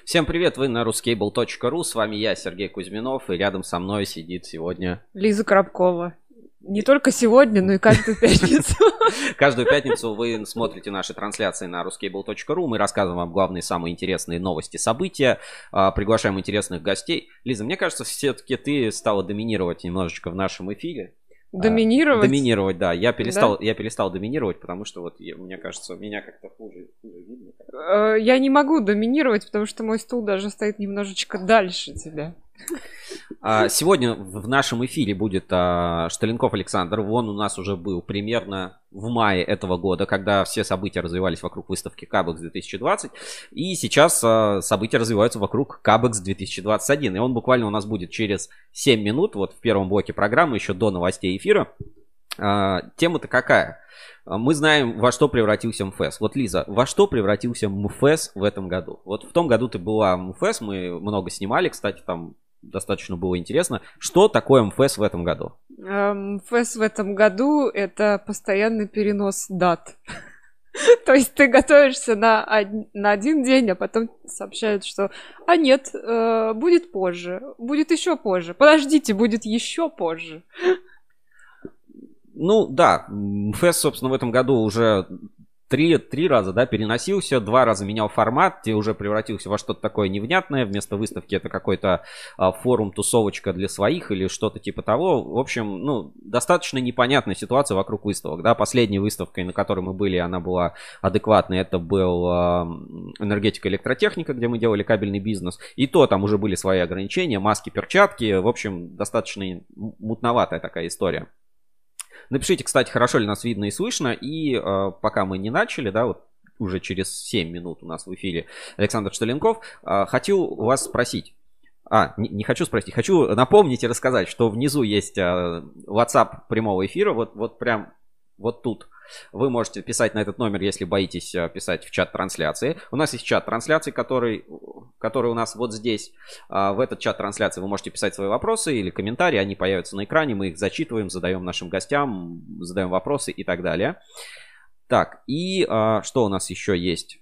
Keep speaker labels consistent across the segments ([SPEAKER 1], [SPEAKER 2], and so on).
[SPEAKER 1] Всем привет, вы на ruscable.ru, с вами я, Сергей Кузьминов, и рядом со мной сидит сегодня...
[SPEAKER 2] Лиза Коробкова. Не только сегодня, но и каждую пятницу.
[SPEAKER 1] Каждую пятницу вы смотрите наши трансляции на ruscable.ru, мы рассказываем вам главные, самые интересные новости, события, приглашаем интересных гостей. Лиза, мне кажется, все-таки ты стала доминировать немножечко в нашем эфире.
[SPEAKER 2] Доминировать?
[SPEAKER 1] Доминировать, да. Я перестал доминировать, потому что вот, мне кажется, меня как-то хуже видно.
[SPEAKER 2] Я не могу доминировать, потому что мой стул даже стоит немножечко дальше тебя.
[SPEAKER 1] Сегодня в нашем эфире будет Шталенков Александр. Он у нас уже был примерно в мае этого года, когда все события развивались вокруг выставки Cabex 2020. И сейчас события развиваются вокруг Cabex 2021. И он буквально у нас будет через 7 минут, вот в первом блоке программы, еще до новостей эфира. Тема-то какая? Мы знаем, во что превратился МФЭС. Вот, Лиза, во что превратился МФЭС в этом году? Вот в том году ты была в МФЭС, мы много снимали, кстати, там достаточно было интересно. Что такое МФЭС в этом году?
[SPEAKER 2] МФЭС в этом году — это постоянный перенос дат. То есть ты готовишься на один день, а потом сообщают, что нет, будет позже, будет еще позже. Подождите, будет еще позже.
[SPEAKER 1] Ну да, МФЭС, собственно, в этом году уже три раза, да, переносился, 2 раза менял формат, и уже превратился во что-то такое невнятное. Вместо выставки это какой-то форум, тусовочка для своих или что-то типа того. В общем, ну, достаточно непонятная ситуация вокруг выставок, да. Последней выставкой, на которой мы были, она была адекватной, это был энергетика, электротехника, где мы делали кабельный бизнес. И то там уже были свои ограничения, маски, перчатки. В общем, достаточно мутноватая такая история. Напишите, кстати, хорошо ли нас видно и слышно. И пока мы не начали, да, вот уже через 7 минут у нас в эфире Александр Шталенков, хочу вас спросить. Не хочу спросить, хочу напомнить и рассказать, что внизу есть WhatsApp прямого эфира, вот прям вот тут. Вы можете писать на этот номер, если боитесь писать в чат трансляции. У нас есть чат трансляции, который у нас вот здесь. В этот чат трансляции вы можете писать свои вопросы или комментарии. Они появятся на экране, мы их зачитываем, задаем нашим гостям, задаем вопросы и так далее. Так, и что у нас еще есть?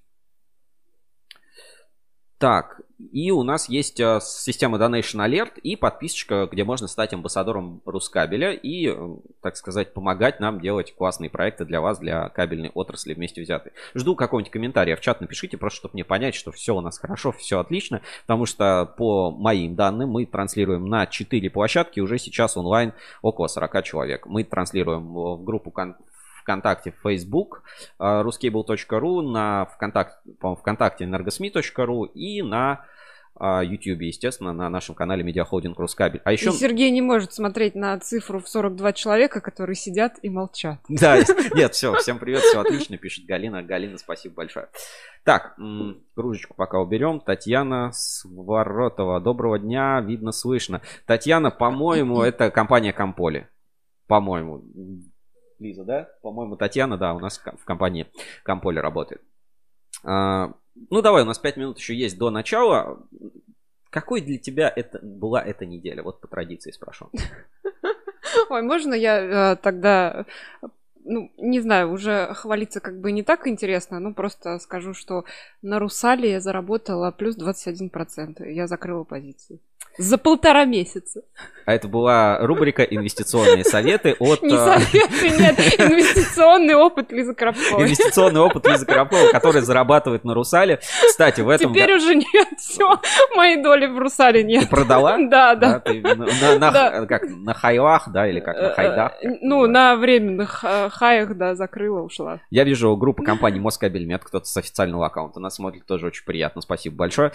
[SPEAKER 1] Так, и у нас есть система Donation Alert и подписочка, где можно стать амбассадором Рускабеля и, так сказать, помогать нам делать классные проекты для вас, для кабельной отрасли вместе взятые. Жду какого-нибудь комментария в чат, напишите, просто чтобы мне понять, что все у нас хорошо, все отлично, потому что по моим данным мы транслируем на 4 площадки, уже сейчас онлайн около 40 человек. Мы транслируем в группу ВКонтакте, Facebook, ruscable.ru, на ВКонтакте energosmi.ru и на YouTube, естественно, на нашем канале Медиахолдинг Рускабель. А еще...
[SPEAKER 2] И Сергей не может смотреть на цифру в 42 человека, которые сидят и молчат.
[SPEAKER 1] Да, нет, все, всем привет, все отлично, пишет Галина. Галина, спасибо большое. Так, кружечку пока уберем. Татьяна Своротова. Доброго дня, видно, слышно. Татьяна, по-моему, это компания Комполи. По-моему. Лиза, да? По-моему, Татьяна, да, у нас в компании Комполи работает. Ну, давай, у нас 5 минут еще есть до начала. Какой для тебя была эта неделя? Вот по традиции спрошу.
[SPEAKER 2] Ой, можно я тогда... Ну, не знаю, уже хвалиться как бы не так интересно, но просто скажу, что на Русале я заработала плюс 21%. Я закрыла позицию. За 1,5 месяца.
[SPEAKER 1] А это была рубрика «Инвестиционные советы» от...
[SPEAKER 2] Не советы, нет. Инвестиционный опыт Лизы Коробковой.
[SPEAKER 1] Инвестиционный опыт Лизы Коробковой, которая зарабатывает на Русале. Кстати, в этом...
[SPEAKER 2] Теперь уже нет, все. Моей доли в Русале нет.
[SPEAKER 1] Ты продала?
[SPEAKER 2] Да.
[SPEAKER 1] Как, на хайвах, да, или как, на хайдах?
[SPEAKER 2] Ну, на временных хаях, да, закрыла, ушла.
[SPEAKER 1] Я вижу группу компании Москабельмет, кто-то с официального аккаунта нас смотрит, тоже очень приятно, спасибо большое.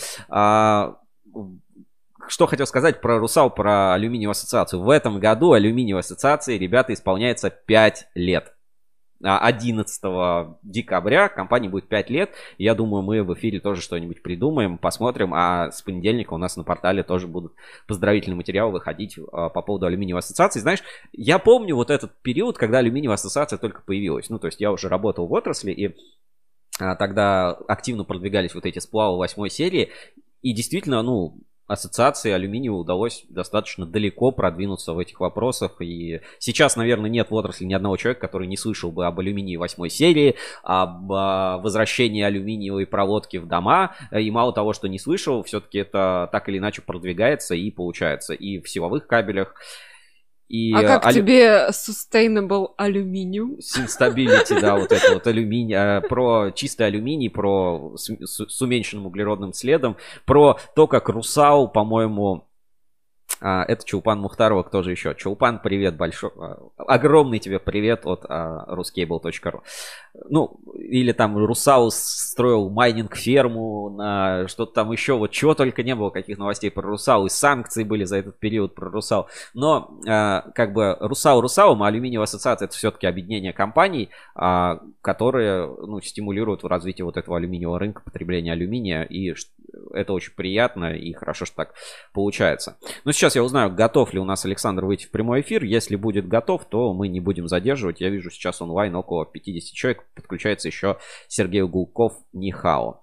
[SPEAKER 1] Что хотел сказать про Русал, про алюминиевую ассоциацию. В этом году алюминиевой ассоциации, ребята, исполняется 5 лет. 11 декабря компании будет 5 лет. Я думаю, мы в эфире тоже что-нибудь придумаем, посмотрим. А с понедельника у нас на портале тоже будут поздравительные материалы выходить по поводу алюминиевой ассоциации. Знаешь, я помню вот этот период, когда алюминиевая ассоциация только появилась. Ну, то есть я уже работал в отрасли, и тогда активно продвигались вот эти сплавы 8 серии. И действительно, ну, ассоциации алюминию удалось достаточно далеко продвинуться в этих вопросах. И сейчас, наверное, нет в отрасли ни одного человека, который не слышал бы об алюминии 8 серии, об возвращении алюминиевой проводки в дома. И мало того, что не слышал, все-таки это так или иначе продвигается и получается. И в силовых кабелях. И
[SPEAKER 2] как тебе sustainable алюминиум?
[SPEAKER 1] Stability, да, вот это вот алюминий, про чистый алюминий, про с уменьшенным углеродным следом, про то, как Русал, по-моему, это Чулпан Мухтарова, кто же еще? Чулпан, привет большой, огромный тебе привет от ruscable.ru. Ну, или там Русал строил майнинг-ферму на что-то там еще, вот чего только не было, каких новостей про Русал, и санкции были за этот период про Русал. Но как бы Русал Русалом, а Алюминиевая ассоциация — это все-таки объединение компаний, которые, ну, стимулируют развитие вот этого алюминиевого рынка, потребления алюминия, и это очень приятно и хорошо, что так получается. Но сейчас я узнаю, готов ли у нас Александр выйти в прямой эфир. Если будет готов, то мы не будем задерживать. Я вижу сейчас онлайн около 50 человек. Подключается еще Сергей Гулков, Нихао.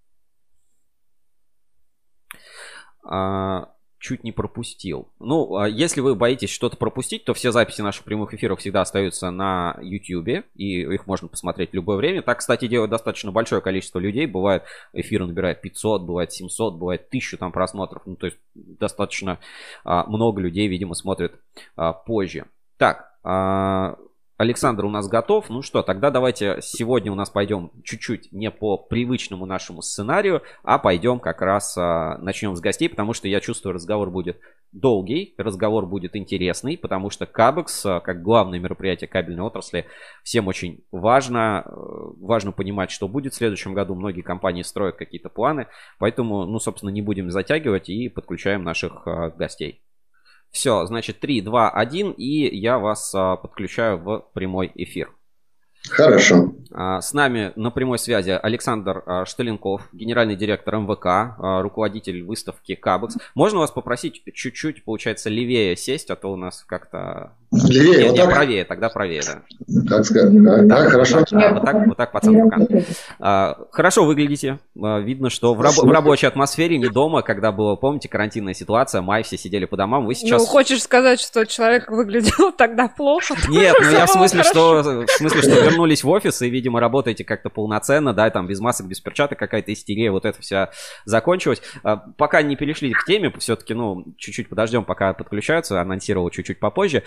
[SPEAKER 1] Чуть не пропустил. Ну, если вы боитесь что-то пропустить, то все записи наших прямых эфиров всегда остаются на YouTube, и их можно посмотреть в любое время. Так, кстати, делает достаточно большое количество людей. Бывает, эфир набирает 500, бывает 700, бывает 1000 там просмотров. Ну, то есть достаточно много людей, видимо, смотрят позже. Так, Александр у нас готов. Ну что, тогда давайте сегодня у нас пойдем чуть-чуть не по привычному нашему сценарию, а пойдем как раз начнем с гостей, потому что я чувствую, разговор будет долгий, разговор будет интересный, потому что Кабекс, как главное мероприятие кабельной отрасли, всем очень важно. Важно понимать, что будет в следующем году. Многие компании строят какие-то планы, поэтому, ну, собственно, не будем затягивать и подключаем наших гостей. Все, значит, 3, 2, 1, и я вас подключаю в прямой эфир.
[SPEAKER 3] Хорошо.
[SPEAKER 1] С нами на прямой связи Александр Штеленков, генеральный директор МВК, руководитель выставки Кабекс. Можно вас попросить чуть-чуть, получается, левее сесть, а то у нас как-то...
[SPEAKER 3] Левее?
[SPEAKER 1] Нет, правее, тогда правее, да.
[SPEAKER 3] Как сказать? Да, хорошо.
[SPEAKER 1] Вот так по центру. Хорошо выглядите. Видно, что в рабочей атмосфере, не дома, когда была, помните, карантинная ситуация, май, все сидели по домам. Вы сейчас...
[SPEAKER 2] Ну, хочешь сказать, что человек выглядел тогда плохо?
[SPEAKER 1] Нет, ну я в смысле, что вернулись в офис и, видимо, работаете как-то полноценно, да, там без масок, без перчаток, какая-то истерия, вот это вся закончилась. Пока не перешли к теме, все-таки, ну, чуть-чуть подождем, пока подключаются, анонсировал чуть-чуть попозже.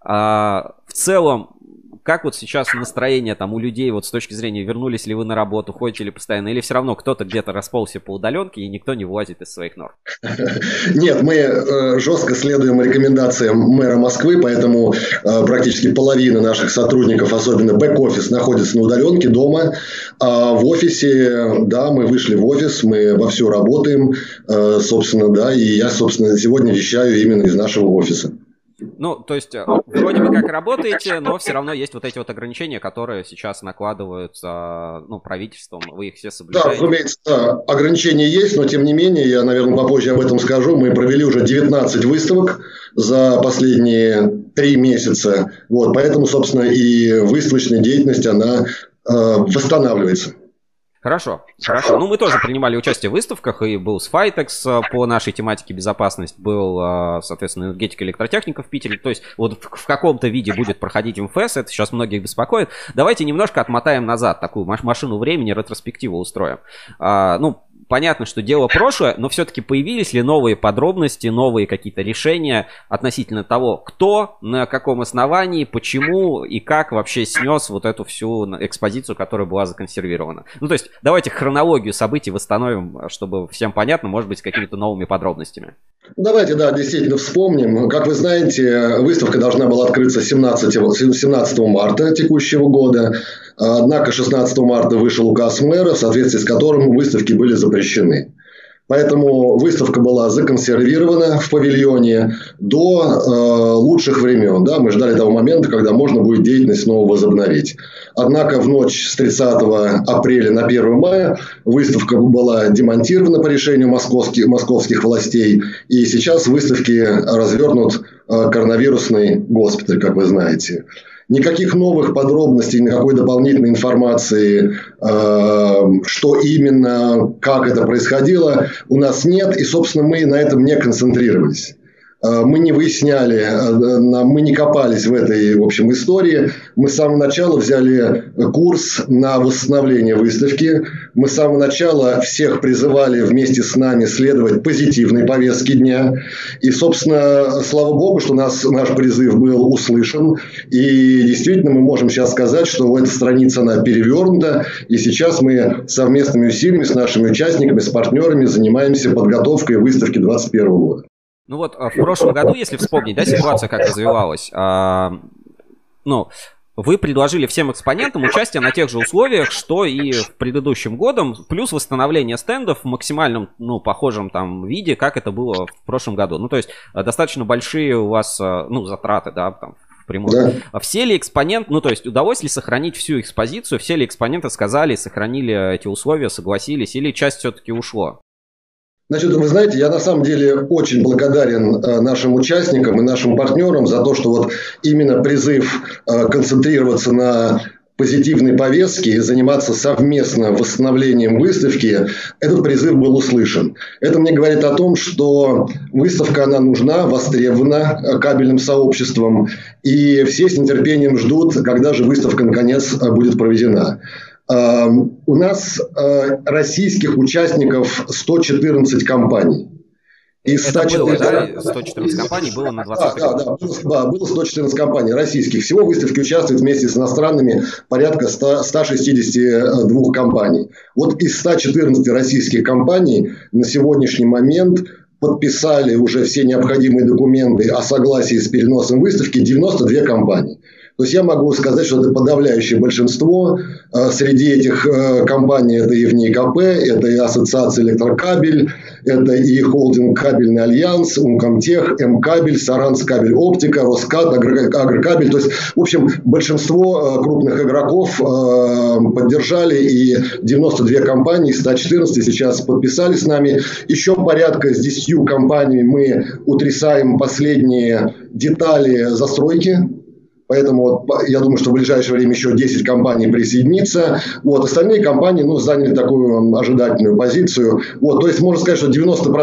[SPEAKER 1] В целом, как вот сейчас настроение там у людей, вот с точки зрения, вернулись ли вы на работу, ходите ли постоянно, или все равно кто-то где-то расползся по удаленке и никто не вылазит из своих нор?
[SPEAKER 3] Нет, мы жестко следуем рекомендациям мэра Москвы, поэтому практически половина наших сотрудников, особенно бэк-офис, находится на удаленке дома. А в офисе, да, мы вышли в офис, мы вовсю работаем, собственно, да, и я, собственно, сегодня вещаю именно из нашего офиса.
[SPEAKER 1] Ну, то есть, вроде бы как работаете, но все равно есть вот эти вот ограничения, которые сейчас накладываются, ну, правительством, вы их все соблюдаете.
[SPEAKER 3] Да, разумеется, ограничения есть, но тем не менее, я, наверное, попозже об этом скажу, мы провели уже 19 выставок за последние 3 месяца, вот, поэтому, собственно, и выставочная деятельность, она восстанавливается.
[SPEAKER 1] Хорошо. Ну, мы тоже принимали участие в выставках, и был Sfitex по нашей тематике безопасность, был, соответственно, энергетика, электротехника в Питере. То есть, вот в каком-то виде будет проходить МФС, это сейчас многих беспокоит. Давайте немножко отмотаем назад, такую машину времени, ретроспективу устроим. Ну, понятно, что дело прошлое, но все-таки появились ли новые подробности, новые какие-то решения относительно того, кто, на каком основании, почему и как вообще снес вот эту всю экспозицию, которая была законсервирована. Ну, то есть, давайте хронологию событий восстановим, чтобы всем понятно, может быть, с какими-то новыми подробностями.
[SPEAKER 3] Давайте, да, действительно вспомним. Как вы знаете, выставка должна была открыться 17 марта текущего года. Однако 16 марта вышел указ мэра, в соответствии с которым выставки были запрещены. Поэтому выставка была законсервирована в павильоне до лучших времен. Да? Мы ждали того момента, когда можно будет деятельность снова возобновить. Однако в ночь с 30 апреля на 1 мая выставка была демонтирована по решению московских властей. И сейчас в выставке развернут коронавирусный госпиталь, как вы знаете. Никаких новых подробностей, никакой дополнительной информации, что именно, как это происходило, у нас нет. И, собственно, мы на этом не концентрировались. Мы не выясняли, мы не копались в этой, в общем, истории. Мы с самого начала взяли курс на восстановление выставки. Мы с самого начала всех призывали вместе с нами следовать позитивной повестке дня. И, собственно, слава богу, что наш призыв был услышан. И действительно мы можем сейчас сказать, что эта страница, она перевернута. И сейчас мы совместными усилиями с нашими участниками, с партнерами занимаемся подготовкой выставки 2021 года.
[SPEAKER 1] Ну вот в прошлом году, если вспомнить, да, ситуация как развивалась, ну, вы предложили всем экспонентам участие на тех же условиях, что и в предыдущем годом, плюс восстановление стендов в максимальном, ну, похожем там виде, как это было в прошлом году. Ну, то есть достаточно большие у вас, ну, затраты, да, там, впрямую. Да. Все ли экспоненты, ну, то есть удалось ли сохранить всю экспозицию, все ли экспоненты сказали, сохранили эти условия, согласились, или часть все-таки ушло?
[SPEAKER 3] Значит, вы знаете, я на самом деле очень благодарен нашим участникам и нашим партнерам за то, что вот именно призыв концентрироваться на позитивной повестке и заниматься совместно восстановлением выставки, этот призыв был услышан. Это мне говорит о том, что выставка, она нужна, востребована кабельным сообществом, и все с нетерпением ждут, когда же выставка наконец будет проведена. У нас российских участников 114 компаний.
[SPEAKER 1] Из 114, это было, да? 114 компаний было на 20 год.
[SPEAKER 3] Да, было 114 компаний российских. Всего в выставке участвует вместе с иностранными порядка 162 компаний. Вот из 114 российских компаний на сегодняшний момент подписали уже все необходимые документы о согласии с переносом выставки 92 компании. То есть я могу сказать, что это подавляющее большинство. Среди этих компаний это и ВНИКП, это и Ассоциация Электрокабель, это и Холдинг Кабельный Альянс, Умкомтех, Мкабель, Саранскабель Оптика, Роскат, Агрокабель. То есть, в общем, большинство крупных игроков поддержали, и 92 компании из 114 сейчас подписали с нами. Еще порядка с 10 компаниями мы утрясаем последние детали застройки. Поэтому я думаю, что в ближайшее время еще 10 компаний присоединится. Вот, остальные компании заняли такую ожидательную позицию. Вот, то есть можно сказать, что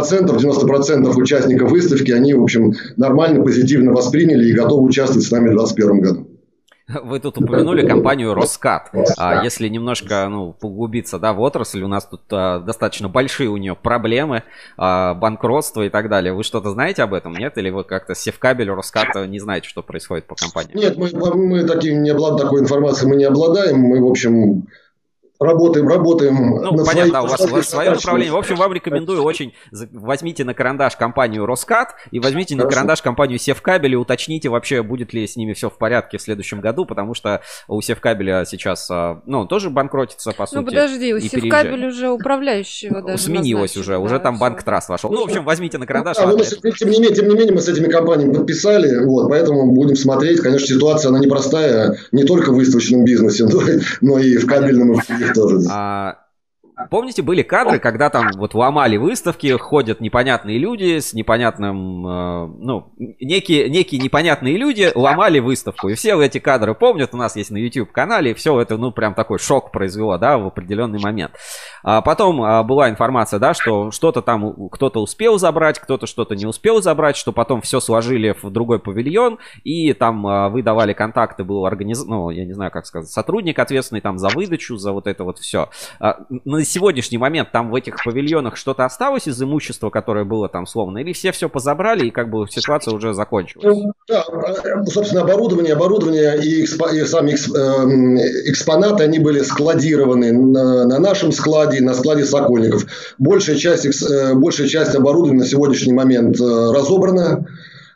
[SPEAKER 3] 90% участников выставки, они, в общем, нормально, позитивно восприняли и готовы участвовать с нами в 2021 году.
[SPEAKER 1] Вы тут упомянули компанию Роскат. Если немножко поглубиться, да, в отрасль, у нас тут достаточно большие у нее проблемы, банкротство и так далее. Вы что-то знаете об этом, нет? Или вы как-то Севкабель, Роскат не знаете, что происходит по компании?
[SPEAKER 3] Нет, мы такой информацией мы не обладаем. Мы, в общем... Работаем.
[SPEAKER 1] Ну, понятно, у вас свое направление. В общем, вам рекомендую очень, возьмите на карандаш компанию Роскат и возьмите на карандаш компанию Севкабель и уточните вообще, будет ли с ними все в порядке в следующем году, потому что у Севкабеля сейчас, тоже банкротится, по сути.
[SPEAKER 2] Ну, подожди, у Севкабель уже управляющего даже
[SPEAKER 1] сменилось уже там Банк Траст вошел. Ну, в общем, возьмите на карандаш.
[SPEAKER 3] Тем не менее, мы с этими компаниями подписали, вот, поэтому будем смотреть. Конечно, ситуация, она непростая, не только в выставочном бизнесе, но и в кабельном, и в других тоже.
[SPEAKER 1] Помните, были кадры, когда там вот ломали выставки, ходят непонятные люди с непонятным, некие непонятные люди ломали выставку. И все эти кадры помнят, у нас есть на YouTube-канале, и все это, прям такой шок произвело, да, в определенный момент. Потом была информация, да, что что-то там кто-то успел забрать, кто-то что-то не успел забрать, что потом все сложили в другой павильон, и там вы давали контакты, был я не знаю, как сказать, сотрудник ответственный там за выдачу, за вот это вот все. На сегодняшний момент там в этих павильонах что-то осталось из имущества, которое было там словно, или все позабрали и как бы ситуация уже закончилась?
[SPEAKER 3] Да, собственно, оборудование и сами экспонаты, они были складированы на нашем складе, на складе Сокольников. Большая часть оборудования на сегодняшний момент разобрана.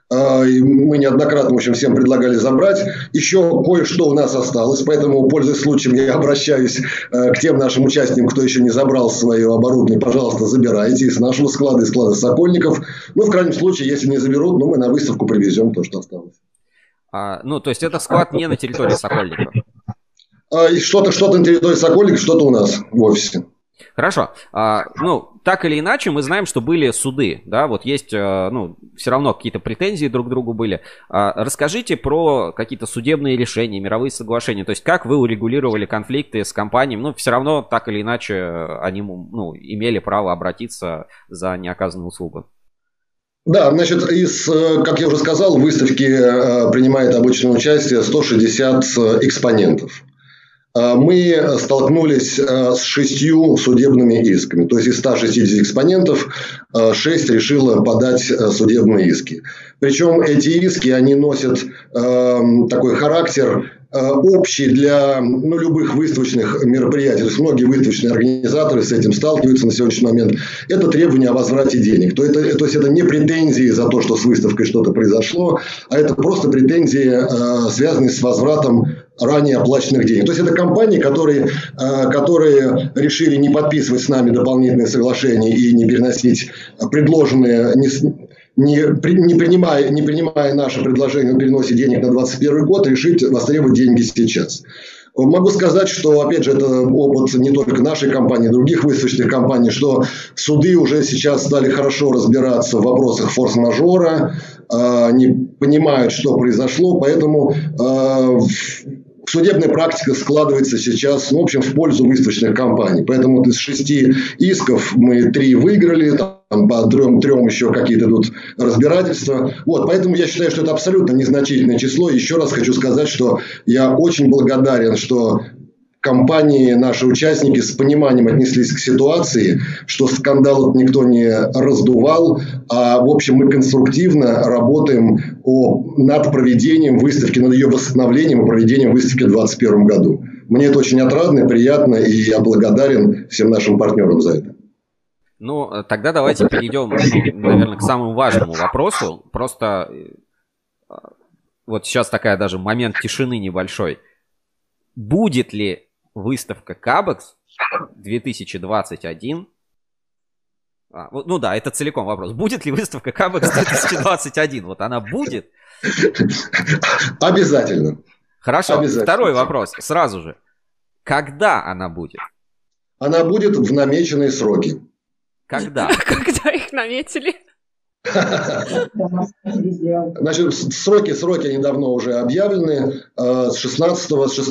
[SPEAKER 3] Мы неоднократно, в общем, всем предлагали забрать. Еще кое-что у нас осталось, поэтому, пользуясь случаем, я обращаюсь к тем нашим участникам, кто еще не забрал свое оборудование. Пожалуйста, забирайте из нашего склада, из склада Сокольников. В крайнем случае, если не заберут, мы на выставку привезем то, что осталось.
[SPEAKER 1] То есть это склад не на территории Сокольников?
[SPEAKER 3] Что-то на территории Сокольников, что-то у нас в офисе.
[SPEAKER 1] Хорошо. Ну, так или иначе, мы знаем, что были суды, да, вот есть, ну, все равно какие-то претензии друг к другу были. Расскажите про какие-то судебные решения, мировые соглашения, то есть как вы урегулировали конфликты с компаниями, ну, все равно так или иначе они, ну, имели право обратиться за неоказанную услугу.
[SPEAKER 3] Да, значит, как я уже сказал, в выставке принимает обычное участие 160 экспонентов. Мы столкнулись с 6 судебными исками. То есть из 160 экспонентов 6 решило подать судебные иски. Причем эти иски, они носят такой характер общий для любых выставочных мероприятий. То есть многие выставочные организаторы с этим сталкиваются на сегодняшний момент. Это требование о возврате денег. То есть это не претензии за то, что с выставкой что-то произошло, а это просто претензии, связанные с возвратом ранее оплаченных денег. То есть это компании, которые решили не подписывать с нами дополнительные соглашения и не переносить предложенные, не принимая наше предложение о переносе денег на 2021 год, решить востребовать деньги сейчас. Могу сказать, что, опять же, это опыт не только нашей компании, других выставочных компаний, что суды уже сейчас стали хорошо разбираться в вопросах форс-мажора, они понимают, что произошло, поэтому судебная практика складывается сейчас, в общем, в пользу выставочных компаний. Поэтому из 6 исков мы 3 выиграли, там по 3 еще какие-то идут разбирательства. Поэтому я считаю, что это абсолютно незначительное число. Еще раз хочу сказать, что я очень благодарен, что компании, наши участники с пониманием отнеслись к ситуации, что скандал никто не раздувал, а в общем мы конструктивно работаем над проведением выставки, над ее восстановлением и проведением выставки в 2021 году. Мне это очень отрадно, приятно, и я благодарен всем нашим партнерам за это.
[SPEAKER 1] Ну, тогда давайте перейдем, наверное, к самому важному вопросу. Просто вот сейчас такая даже момент тишины небольшой. Будет ли выставка Кабекс 2021? Ну да, это целиком вопрос. Будет ли выставка Кабекс 2021? Вот она будет?
[SPEAKER 3] Обязательно.
[SPEAKER 1] Хорошо. Обязательно. Второй вопрос сразу же. Когда она будет?
[SPEAKER 3] Она будет в намеченные сроки.
[SPEAKER 1] Когда?
[SPEAKER 2] Когда их наметили?
[SPEAKER 3] Значит, сроки они давно уже объявлены. С 16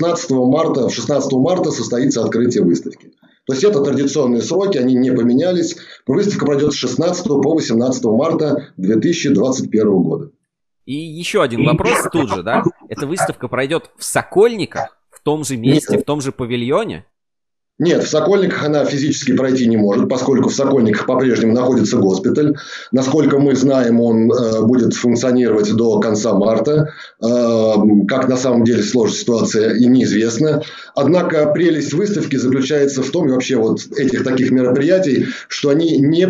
[SPEAKER 3] марта состоится открытие выставки. То есть это традиционные сроки, они не поменялись. Выставка пройдет с 16 по 18 марта 2021 года.
[SPEAKER 1] И еще один вопрос тут же, да? Эта выставка пройдет в Сокольниках, в том же месте, в том же павильоне?
[SPEAKER 3] Нет, в Сокольниках она физически пройти не может, поскольку в Сокольниках по-прежнему находится госпиталь. Насколько мы знаем, он будет функционировать до конца марта. Как на самом деле сложится ситуация, и неизвестно. Однако прелесть выставки заключается в том, и вообще вот этих таких мероприятий, что они не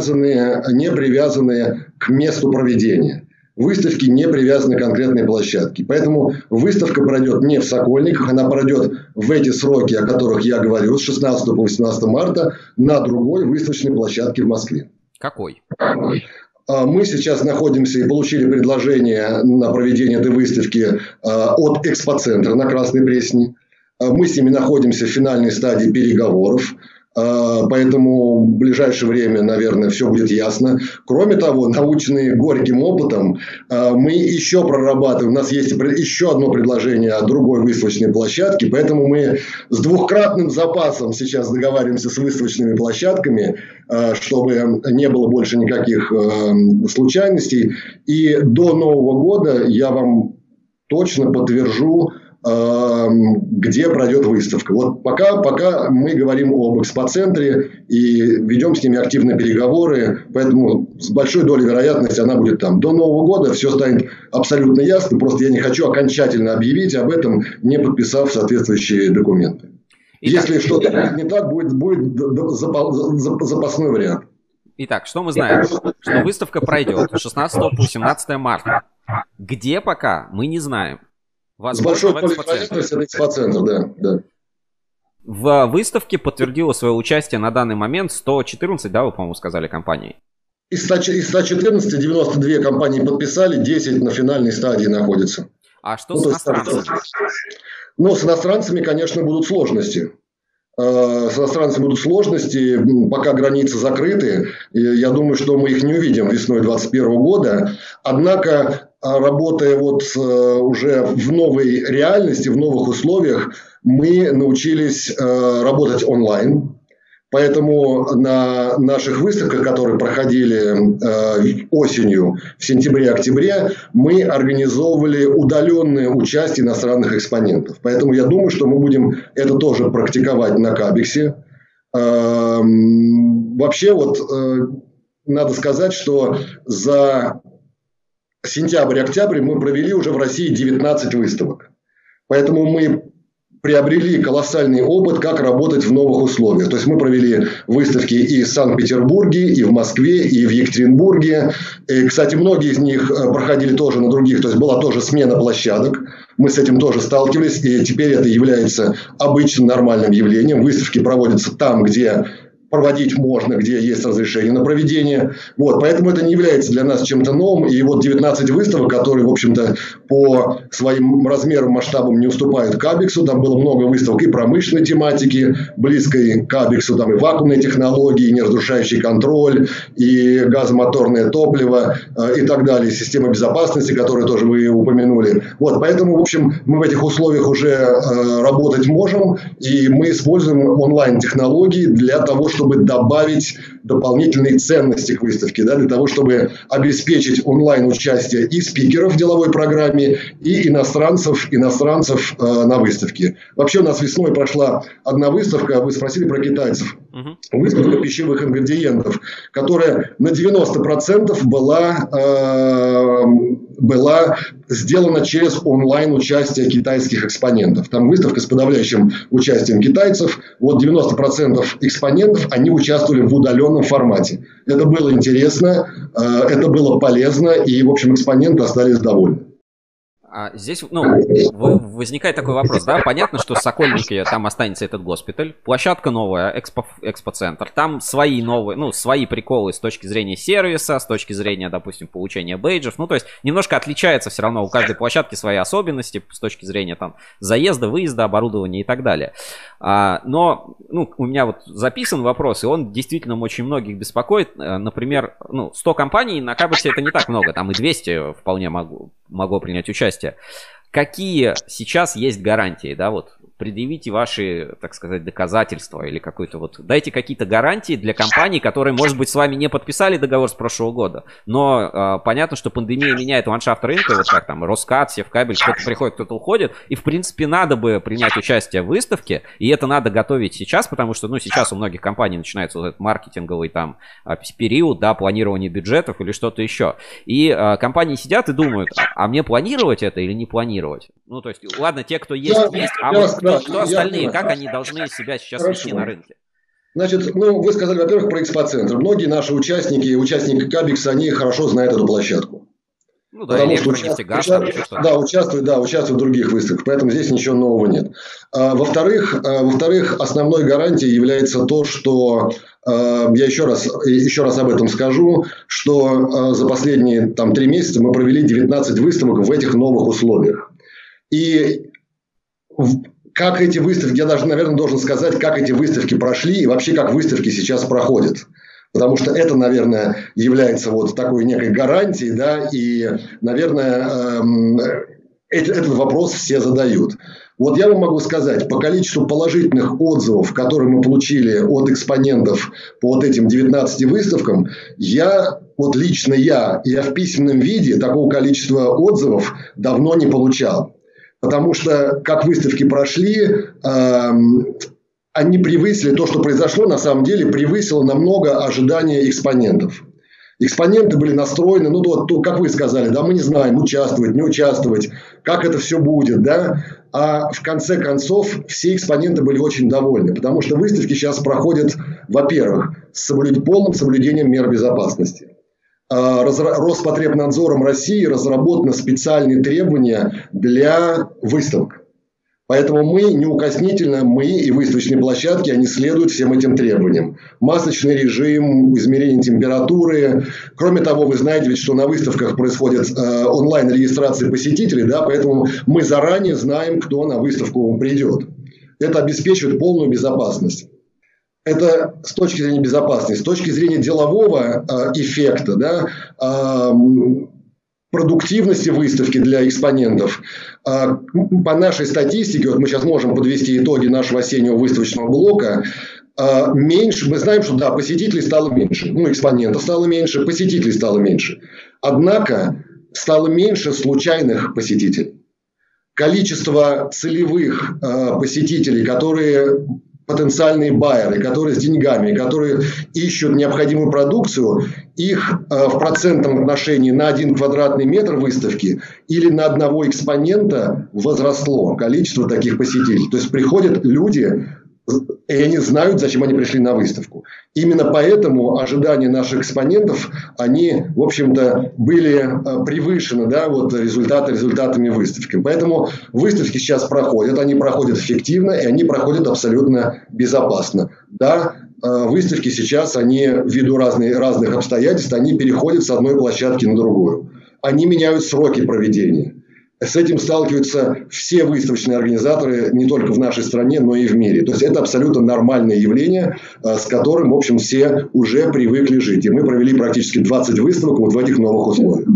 [SPEAKER 3] привязаны к месту проведения. Выставки не привязаны к конкретной площадке. Поэтому выставка пройдет не в Сокольниках, она пройдет в эти сроки, о которых я говорю, с 16 по 18 марта на другой выставочной площадке в Москве.
[SPEAKER 1] Какой?
[SPEAKER 3] Мы сейчас находимся и получили предложение на проведение этой выставки от Экспоцентра на Красной Пресне. Мы с ними находимся в финальной стадии переговоров. Поэтому в ближайшее время, наверное, все будет ясно. Кроме того, наученные горьким опытом, мы еще прорабатываем. У нас есть еще одно предложение от другой выставочной площадки. Поэтому мы с двукратным запасом сейчас договариваемся с выставочными площадками, чтобы не было больше никаких случайностей. И до Нового года я вам точно подтвержу, где пройдет выставка. Вот пока мы говорим об Экспоцентре и ведем с ними активные переговоры, поэтому с большой долей вероятности она будет там. До Нового года все станет абсолютно ясно, просто я не хочу окончательно объявить об этом, не подписав соответствующие документы. Если что-то не так, будет запасной вариант.
[SPEAKER 1] Итак, что мы знаем? Что выставка пройдет с 16 по 18 марта. Где пока, мы не знаем.
[SPEAKER 3] С большой долей вероятности это Экспоцентр, да.
[SPEAKER 1] В выставке подтвердило свое участие на данный момент 114, да, вы, по-моему, сказали, компаний?
[SPEAKER 3] Из 114 92 компании подписали, 10 на финальной стадии находятся.
[SPEAKER 1] А что с иностранцами?
[SPEAKER 3] С иностранцами, конечно, будут сложности. с иностранцами будут сложности, пока границы закрыты. Я думаю, что мы их не увидим весной 2021 года. Однако, работая вот уже в новой реальности, в новых условиях, мы научились работать онлайн. Поэтому на наших выставках, которые проходили осенью, в сентябре-октябре, мы организовывали удаленное участие иностранных экспонентов. Поэтому я думаю, что мы будем это тоже практиковать на Кабексе. Вообще, вот надо сказать, что за сентябрь-октябрь мы провели уже в России 19 выставок. Поэтому мы приобрели колоссальный опыт, как работать в новых условиях. То есть мы провели выставки и в Санкт-Петербурге, и в Москве, и в Екатеринбурге. И, кстати, многие из них проходили тоже на других. То есть была тоже смена площадок. Мы с этим тоже сталкивались. И теперь это является обычным нормальным явлением. Выставки проводятся там, где проводить можно, где есть разрешение на проведение. Вот, поэтому это не является для нас чем-то новым. И вот 19 выставок, которые, в общем-то, по своим размерам, масштабам не уступают Кабексу. Там было много выставок и промышленной тематики, близкой к Кабексу, там и вакуумные технологии, и неразрушающий контроль, и газомоторное топливо, и так далее, система безопасности, которую тоже вы упомянули. Вот, поэтому, в общем, мы в этих условиях уже работать можем, и мы используем онлайн-технологии для того, чтобы добавить дополнительные ценности к выставке, да, для того, чтобы обеспечить онлайн-участие и спикеров в деловой программе, и иностранцев на выставке. Вообще у нас весной прошла одна выставка, вы спросили про китайцев. Выставка пищевых ингредиентов, которая на 90% была сделана через онлайн-участие китайских экспонентов. Там выставка с подавляющим участием китайцев. Вот 90% экспонентов, они участвовали в удаленном формате. Это было интересно, это было полезно, и, в общем, экспоненты остались довольны.
[SPEAKER 1] Здесь, возникает такой вопрос, да, понятно, что в Сокольнике там останется этот госпиталь, площадка новая, экспоцентр, там свои новые, свои приколы с точки зрения сервиса, с точки зрения, допустим, получения бейджев, то есть немножко отличается все равно у каждой площадки свои особенности с точки зрения там заезда, выезда, оборудования и так далее. Но, у меня вот записан вопрос, и он действительно очень многих беспокоит, например, 100 компаний на Кабексе это не так много, там и 200 вполне могло принять участие. Какие сейчас есть гарантии, да, вот предъявите ваши, так сказать, доказательства или дайте какие-то гарантии для компаний, которые, может быть, с вами не подписали договор с прошлого года, но понятно, что пандемия меняет ландшафт рынка, вот как там Роскат, Севкабель, кто-то приходит, кто-то уходит, и в принципе надо бы принять участие в выставке, и это надо готовить сейчас, потому что, сейчас у многих компаний начинается вот этот маркетинговый там период, да, планирование бюджетов или что-то еще, и компании сидят и думают, а мне планировать это или не планировать? То есть, ладно, те, кто есть, кто остальные, как они должны себя сейчас вести на рынке?
[SPEAKER 3] Значит, вы сказали, во-первых, про экспоцентр. Многие наши участники Кабекса, они хорошо знают эту площадку.
[SPEAKER 1] Электронефтегаз,
[SPEAKER 3] участвуют в других выставках, поэтому здесь ничего нового нет. Во-вторых, основной гарантией является то, что я еще раз об этом скажу, что за последние 3 месяца мы провели 19 выставок в этих новых условиях. И как эти выставки, я даже, наверное, должен сказать, как эти выставки прошли и вообще как выставки сейчас проходят. Потому что это, наверное, является вот такой некой гарантией, да, и, наверное, этот вопрос все задают. Вот я вам могу сказать, по количеству положительных отзывов, которые мы получили от экспонентов по вот этим 19 выставкам, лично я в письменном виде такого количества отзывов давно не получал. Потому что, как выставки прошли, они превысили, то, что произошло, на самом деле, превысило намного ожидания экспонентов. Экспоненты были настроены, как вы сказали, да, мы не знаем, участвовать, не участвовать, как это все будет, да. А в конце концов, все экспоненты были очень довольны, потому что выставки сейчас проходят, во-первых, с полным соблюдением мер безопасности. Роспотребнадзором России разработаны специальные требования для выставок. Поэтому мы неукоснительно, мы и выставочные площадки, они следуют всем этим требованиям. Масочный режим, измерение температуры. Кроме того, вы знаете ведь, что на выставках происходит онлайн-регистрация посетителей, да, поэтому мы заранее знаем, кто на выставку придет. это обеспечивает полную безопасность. Это с точки зрения безопасности. С точки зрения делового эффекта, да, продуктивности выставки для экспонентов. По нашей статистике, вот мы сейчас можем подвести итоги нашего осеннего выставочного блока, меньше, мы знаем, что да, посетителей стало меньше, экспонентов стало меньше, посетителей стало меньше. Однако стало меньше случайных посетителей. Количество целевых посетителей, которые потенциальные байеры, которые с деньгами, которые ищут необходимую продукцию, их в процентном отношении на 1 квадратный метр выставки или на одного экспонента возросло количество таких посетителей. То есть приходят люди, и они знают, зачем они пришли на выставку. Именно поэтому ожидания наших экспонентов, они, в общем-то, были превышены, да, вот результатами выставки. Поэтому выставки сейчас проходят, они проходят эффективно, и они проходят абсолютно безопасно. Да, выставки сейчас, они ввиду разных обстоятельств, они переходят с одной площадки на другую. Они меняют сроки проведения. С этим сталкиваются все выставочные организаторы не только в нашей стране, но и в мире. То есть это абсолютно нормальное явление, с которым, в общем, все уже привыкли жить. И мы провели практически 20 выставок вот в этих новых условиях.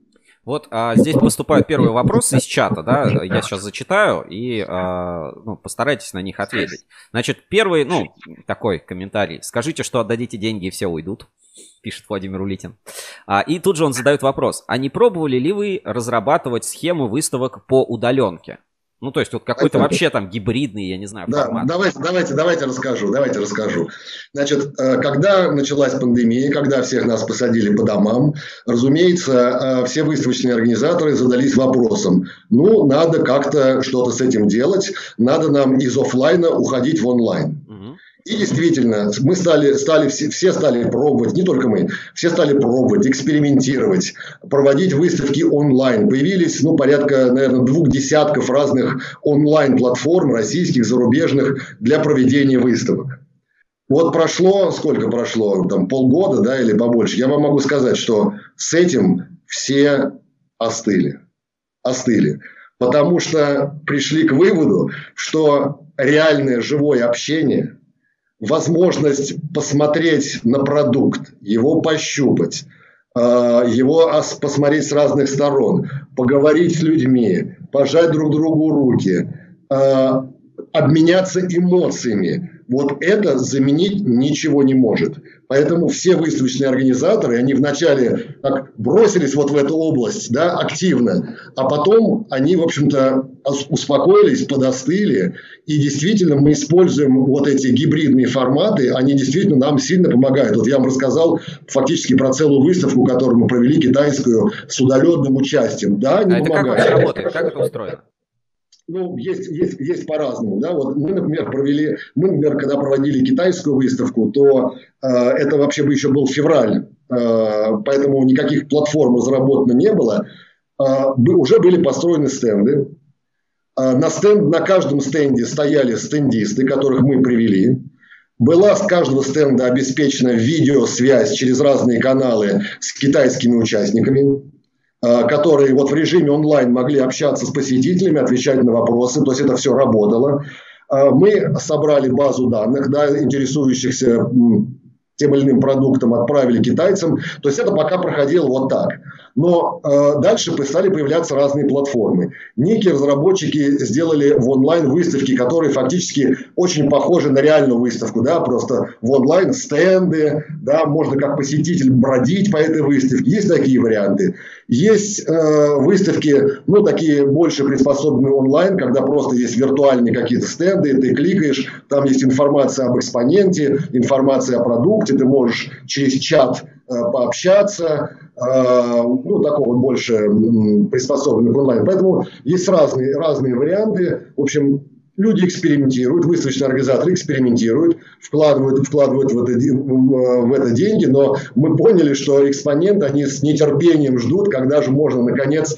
[SPEAKER 1] Вот здесь поступают первые вопросы из чата, да, я сейчас зачитаю и постарайтесь на них ответить. Значит, первый, такой комментарий. Скажите, что отдадите деньги и все уйдут, пишет Владимир Улитин. И тут же он задает вопрос. А не пробовали ли вы разрабатывать схему выставок по удаленке? Ну, то есть, вот какой-то вообще там гибридный, я не знаю, формат.
[SPEAKER 3] Да, давайте расскажу. Значит, когда началась пандемия, когда всех нас посадили по домам, разумеется, все выставочные организаторы задались вопросом. Надо как-то что-то с этим делать, надо нам из офлайна уходить в онлайн. И действительно, мы все стали пробовать, не только мы, все стали пробовать, экспериментировать, проводить выставки онлайн. Появились, порядка, наверное, 20 разных онлайн-платформ, российских, зарубежных, для проведения выставок. Вот сколько прошло, полгода, да, или побольше. Я вам могу сказать, что с этим все остыли. Потому что пришли к выводу, что реальное живое общение, возможность посмотреть на продукт, его пощупать, его посмотреть с разных сторон, поговорить с людьми, пожать друг другу руки, обменяться эмоциями. Вот это заменить ничего не может. Поэтому все выставочные организаторы, они вначале бросились вот в эту область, да, активно, а потом они, в общем-то, успокоились, подостыли. И действительно мы используем вот эти гибридные форматы, они действительно нам сильно помогают. Вот я вам рассказал фактически про целую выставку, которую мы провели, китайскую, с удаленным участием. Да, они помогают.
[SPEAKER 1] Как это работает? Как это устроено?
[SPEAKER 3] Есть по-разному. Да? Вот мы, например, когда проводили китайскую выставку, то это вообще бы еще был февраль, поэтому никаких платформ разработано не было. Уже были построены стенды. На каждом стенде стояли стендисты, которых мы привели. Была с каждого стенда обеспечена видеосвязь через разные каналы с китайскими участниками, которые вот в режиме онлайн могли общаться с посетителями, отвечать на вопросы. То есть это все работало. Мы собрали базу данных, да, интересующихся тем или иным продуктом, отправили китайцам. То есть это пока проходило вот так. Но дальше стали появляться разные платформы. Некие разработчики сделали в онлайн выставки, которые фактически очень похожи на реальную выставку. Да? Просто в онлайн стенды, да? Можно как посетитель бродить по этой выставке. Есть такие варианты. Есть выставки, такие больше приспособленные онлайн, когда просто есть виртуальные какие-то стенды, ты кликаешь, там есть информация об экспоненте, информация о продукте, ты можешь через чат пообщаться, такого больше приспособленных онлайн. Поэтому есть разные варианты. В общем, люди экспериментируют, выставочные организаторы экспериментируют, вкладывают в это деньги, но мы поняли, что экспоненты, они с нетерпением ждут, когда же можно наконец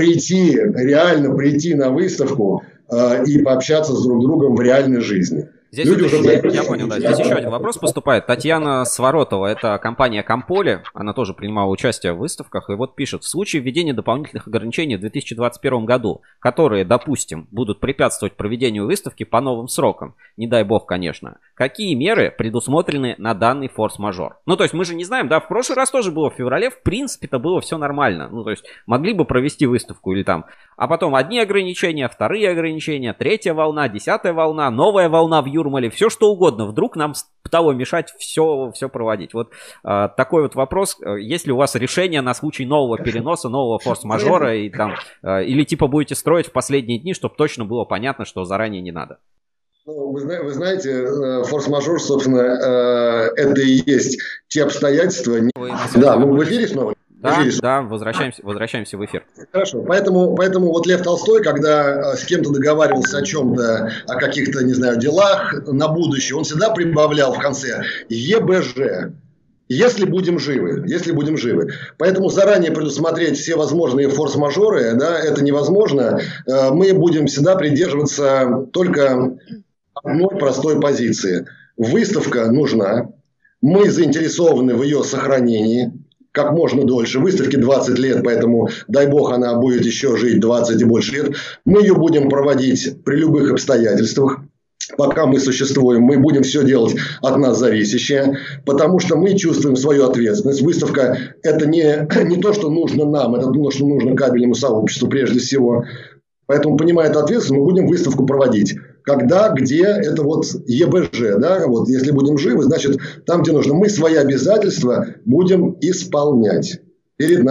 [SPEAKER 3] реально прийти на выставку и пообщаться с друг другом в реальной жизни.
[SPEAKER 1] Здесь вот я понял, да. Здесь еще один вопрос поступает. Татьяна Своротова, это компания Комполе, она тоже принимала участие в выставках, и вот пишет: в случае введения дополнительных ограничений в 2021 году, которые, допустим, будут препятствовать проведению выставки по новым срокам, не дай бог, конечно, какие меры предусмотрены на данный форс-мажор? Ну, то есть мы же не знаем, да, в прошлый раз тоже было в феврале, в принципе-то было все нормально. Ну, то есть могли бы провести выставку или там, а потом одни ограничения, вторые ограничения, третья волна, 10-я волна, новая волна в Юрмале, все что угодно. Вдруг нам стало мешать все проводить. Вот такой вот вопрос. Есть ли у вас решение на случай нового переноса, нового форс-мажора, и там, или типа будете строить в последние дни, чтобы точно было понятно, что заранее не надо?
[SPEAKER 3] Ну, вы знаете, форс-мажор, собственно, это и есть те обстоятельства. Да, мы в эфире снова?
[SPEAKER 1] Да, возвращаемся в эфир.
[SPEAKER 3] Хорошо, поэтому вот Лев Толстой, когда с кем-то договаривался о чем-то, о каких-то, не знаю, делах на будущее, он всегда прибавлял в конце ЕБЖ. Если будем живы, Поэтому заранее предусмотреть все возможные форс-мажоры, да, это невозможно. Мы будем всегда придерживаться только одной простой позиции. Выставка нужна. Мы заинтересованы в ее сохранении как можно дольше. Выставке 20 лет, поэтому, дай бог, она будет еще жить 20 и больше лет. Мы ее будем проводить при любых обстоятельствах. Пока мы существуем, мы будем все делать от нас зависящее, потому что мы чувствуем свою ответственность. Выставка – это не то, что нужно нам, это то, что нужно кабельному сообществу прежде всего. Поэтому, понимая эту ответственность, мы будем выставку проводить. Когда, где, это вот ЕБЖ, да, вот если будем живы, значит, там, где нужно, мы свои обязательства будем исполнять перед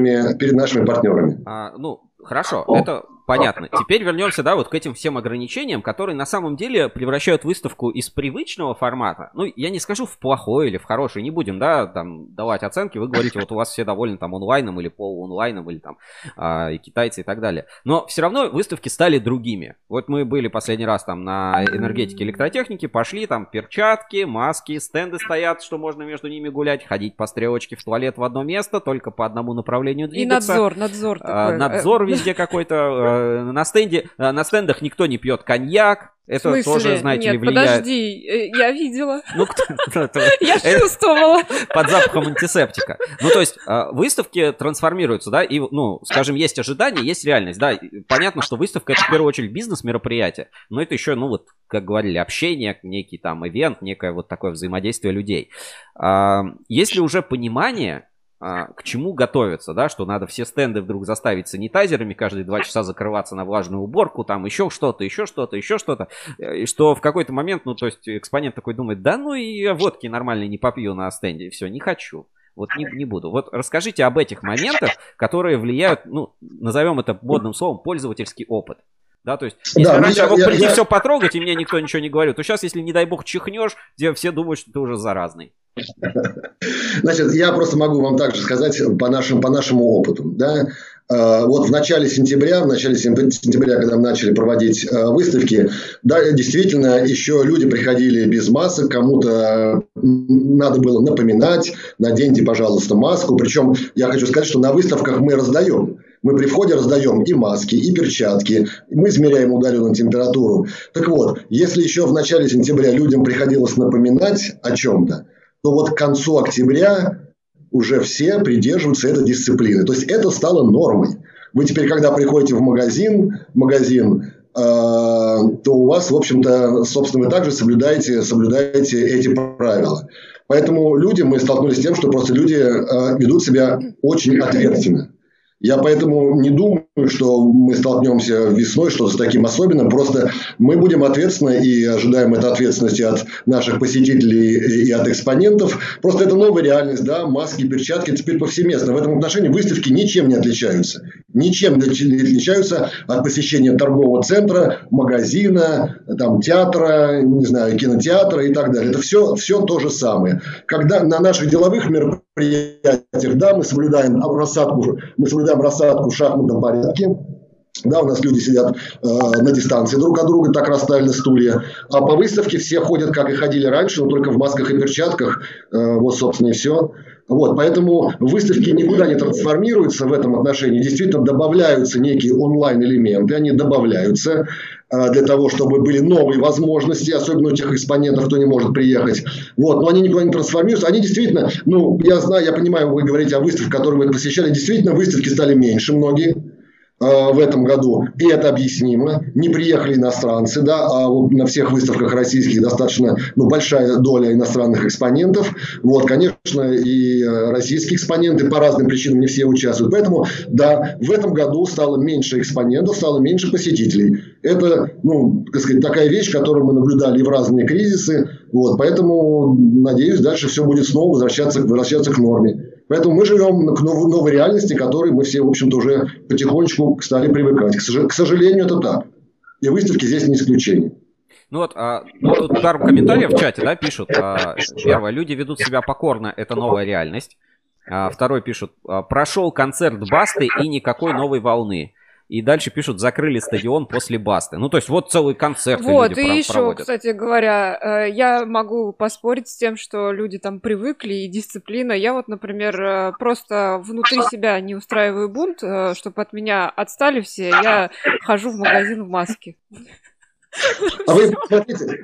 [SPEAKER 3] нашими партнерами.
[SPEAKER 1] Хорошо, это понятно. Теперь вернемся, да, вот к этим всем ограничениям, которые на самом деле превращают выставку из привычного формата, ну, я не скажу в плохой или в хороший, не будем, да, там, давать оценки, вы говорите, вот у вас все довольны там онлайном или полуонлайном, или там и китайцы и так далее. Но все равно выставки стали другими. Вот мы были последний раз там на энергетике, электротехнике, пошли, там перчатки, маски, стенды стоят, что можно между ними гулять, ходить по стрелочке в туалет в одно место, только по одному направлению двигаться.
[SPEAKER 2] И надзор такой.
[SPEAKER 1] Надзор везде какой-то. На стендах никто не пьет коньяк. Это тоже, знаете ли, влияет.
[SPEAKER 2] Подожди, я видела.
[SPEAKER 1] кто-то.
[SPEAKER 2] Я чувствовала.
[SPEAKER 1] Под запахом антисептика. Ну, то есть, выставки трансформируются, да, и, ну, скажем, есть ожидания, есть реальность, да. Понятно, что выставка — это в первую очередь бизнес-мероприятие, но это еще, ну, вот, как говорили, общение, некий там ивент, некое вот такое взаимодействие людей. Есть ли уже понимание, к чему готовиться, да, что надо все стенды вдруг заставить санитайзерами каждые 2 часа закрываться на влажную уборку, там еще что-то, и что в какой-то момент, ну, то есть экспонент такой думает, да ну и водки нормально не попью на стенде, все, не хочу. Вот не буду. Вот расскажите об этих моментах, которые влияют, ну, назовем это модным словом, пользовательский опыт. Да, то есть, если раньше я мог прийти все потрогать, и мне никто ничего не говорит, то сейчас, если, не дай бог, чихнешь, где все думают, что ты уже заразный.
[SPEAKER 3] Значит, я просто могу вам также сказать по нашему опыту. Да? Вот в начале сентября, когда мы начали проводить выставки, да, действительно, еще люди приходили без масок, кому-то надо было напоминать, наденьте, пожалуйста, маску. Причем я хочу сказать, что на выставках мы раздаем. Мы при входе раздаем и маски, и перчатки, мы измеряем удаленную температуру. Так вот, если еще в начале сентября людям приходилось напоминать о чем-то, то вот к концу октября уже все придерживаются этой дисциплины. То есть это стало нормой. Вы теперь, когда приходите в магазин, то у вас, в общем-то, собственно, вы также соблюдаете эти правила. Поэтому мы столкнулись с тем, что просто люди ведут себя очень ответственно. Я поэтому не думаю, что мы столкнемся весной что-то с таким особенным. Просто мы будем ответственны и ожидаем этой ответственности от наших посетителей и от экспонентов. Просто это новая реальность, да, маски, перчатки теперь повсеместно. В этом отношении выставки ничем не отличаются. Ничем не отличаются от посещения торгового центра, магазина, там, театра, не знаю, кинотеатра и так далее. Это все то же самое. Когда на наших деловых мероприятиях, да, мы соблюдаем рассадку в шахматном порядке. Да, у нас люди сидят на дистанции друг от друга, так расставили стулья. А по выставке все ходят, как и ходили раньше, но только в масках и перчатках. Вот, собственно, и все. Вот, поэтому выставки никуда не трансформируются в этом отношении. Действительно, добавляются некие онлайн-элементы, они добавляются. для того, чтобы были новые возможности, особенно у тех экспонентов, кто не может приехать. Вот. Но они никуда не трансформируются. Они действительно, ну, я знаю, я понимаю, вы говорите о выставках, которые вы посещали. Действительно, выставки стали меньше многие в этом году, и это объяснимо. Не приехали иностранцы, да, а вот на всех выставках российских достаточно, ну, большая доля иностранных экспонентов. Вот, конечно, и российские экспоненты по разным причинам не все участвуют. Поэтому, да, в этом году стало меньше экспонентов, стало меньше посетителей. Это, ну, так сказать, такая вещь, которую мы наблюдали и в разные кризисы. Вот, поэтому, надеюсь, дальше все будет снова возвращаться к норме. Поэтому мы живем к новой реальности, к которой мы все, в общем-то, уже потихонечку стали привыкать. К сожалению, это так. И выставки здесь не исключение.
[SPEAKER 1] Ну вот, тут пару комментариев в чате, да, пишут. Первое, люди ведут себя покорно, это новая реальность. Второй пишут, прошел концерт Басты и никакой новой волны. И дальше пишут, закрыли стадион после Басты. Ну, то есть, вот целый концерт
[SPEAKER 2] вот,
[SPEAKER 1] люди
[SPEAKER 2] и еще,
[SPEAKER 1] проводят.
[SPEAKER 2] кстати говоря, я могу поспорить с тем, что люди там привыкли, и дисциплина. Я вот, например, просто внутри себя не устраиваю бунт, чтобы от меня отстали все. Я хожу в магазин в маске.
[SPEAKER 3] А вы посмотрите,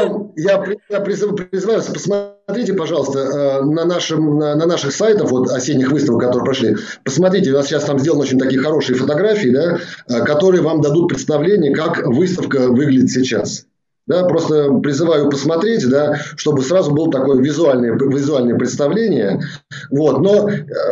[SPEAKER 3] я призываю вас, посмотрите, пожалуйста, на наших сайтах, вот осенних выставок, которые прошли, посмотрите, у нас сейчас там сделаны очень такие хорошие фотографии, да, которые вам дадут представление, как выставка выглядит сейчас. Да, просто призываю посмотреть, да, чтобы сразу было такое визуальное представление. Вот, но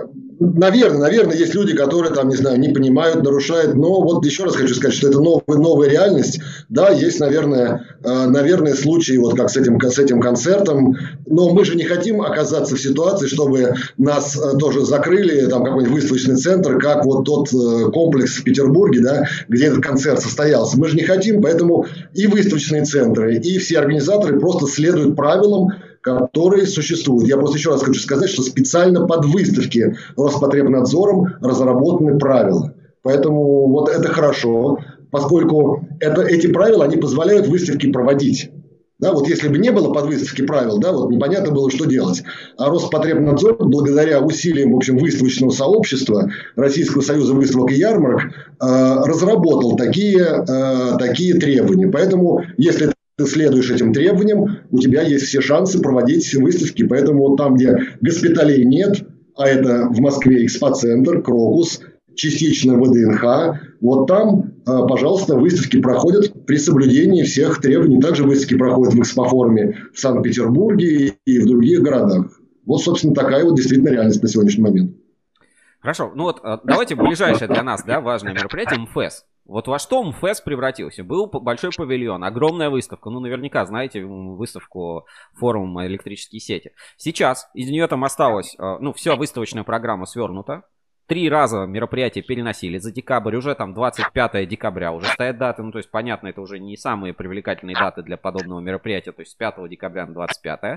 [SPEAKER 3] наверное, есть люди, которые там, не знаю, не понимают, нарушают. Но вот еще раз хочу сказать, что это новая реальность. Да, есть, наверное, случаи, вот как с этим концертом. Но мы же не хотим оказаться в ситуации, чтобы нас тоже закрыли, там какой-нибудь выставочный центр, как вот тот комплекс в Петербурге, да, где этот концерт состоялся. Мы же не хотим, поэтому и выставочные центры, и все организаторы просто следуют правилам, которые существуют. Я просто еще раз хочу сказать, что специально под выставки Роспотребнадзором разработаны правила. Поэтому вот это хорошо, поскольку эти правила, они позволяют выставки проводить. Да, вот если бы не было под выставки правил, да, вот непонятно было, что делать. А Роспотребнадзор, благодаря усилиям, в общем, выставочного сообщества Российского союза выставок и ярмарок, разработал такие требования. Поэтому, если ты следуешь этим требованиям, у тебя есть все шансы проводить выставки. Поэтому вот там, где госпиталей нет, а это в Москве экспоцентр, Крокус, частично ВДНХ, вот там, пожалуйста, выставки проходят при соблюдении всех требований. Также выставки проходят в экспофоруме в Санкт-Петербурге и в других городах. Вот, собственно, такая вот действительно реальность на сегодняшний момент.
[SPEAKER 1] Хорошо, ну вот давайте ближайшее для нас, да, важное мероприятие МФЭС. Вот во что МФЭС превратился? Был большой павильон, огромная выставка. Ну, наверняка знаете выставку форума «Электрические сети». Сейчас из нее там осталось, ну, вся выставочная программа свернута. 3 раза мероприятия переносили за декабрь, уже там 25 декабря уже стоят даты, ну то есть понятно, это уже не самые привлекательные даты для подобного мероприятия, то есть с 5 декабря на 25.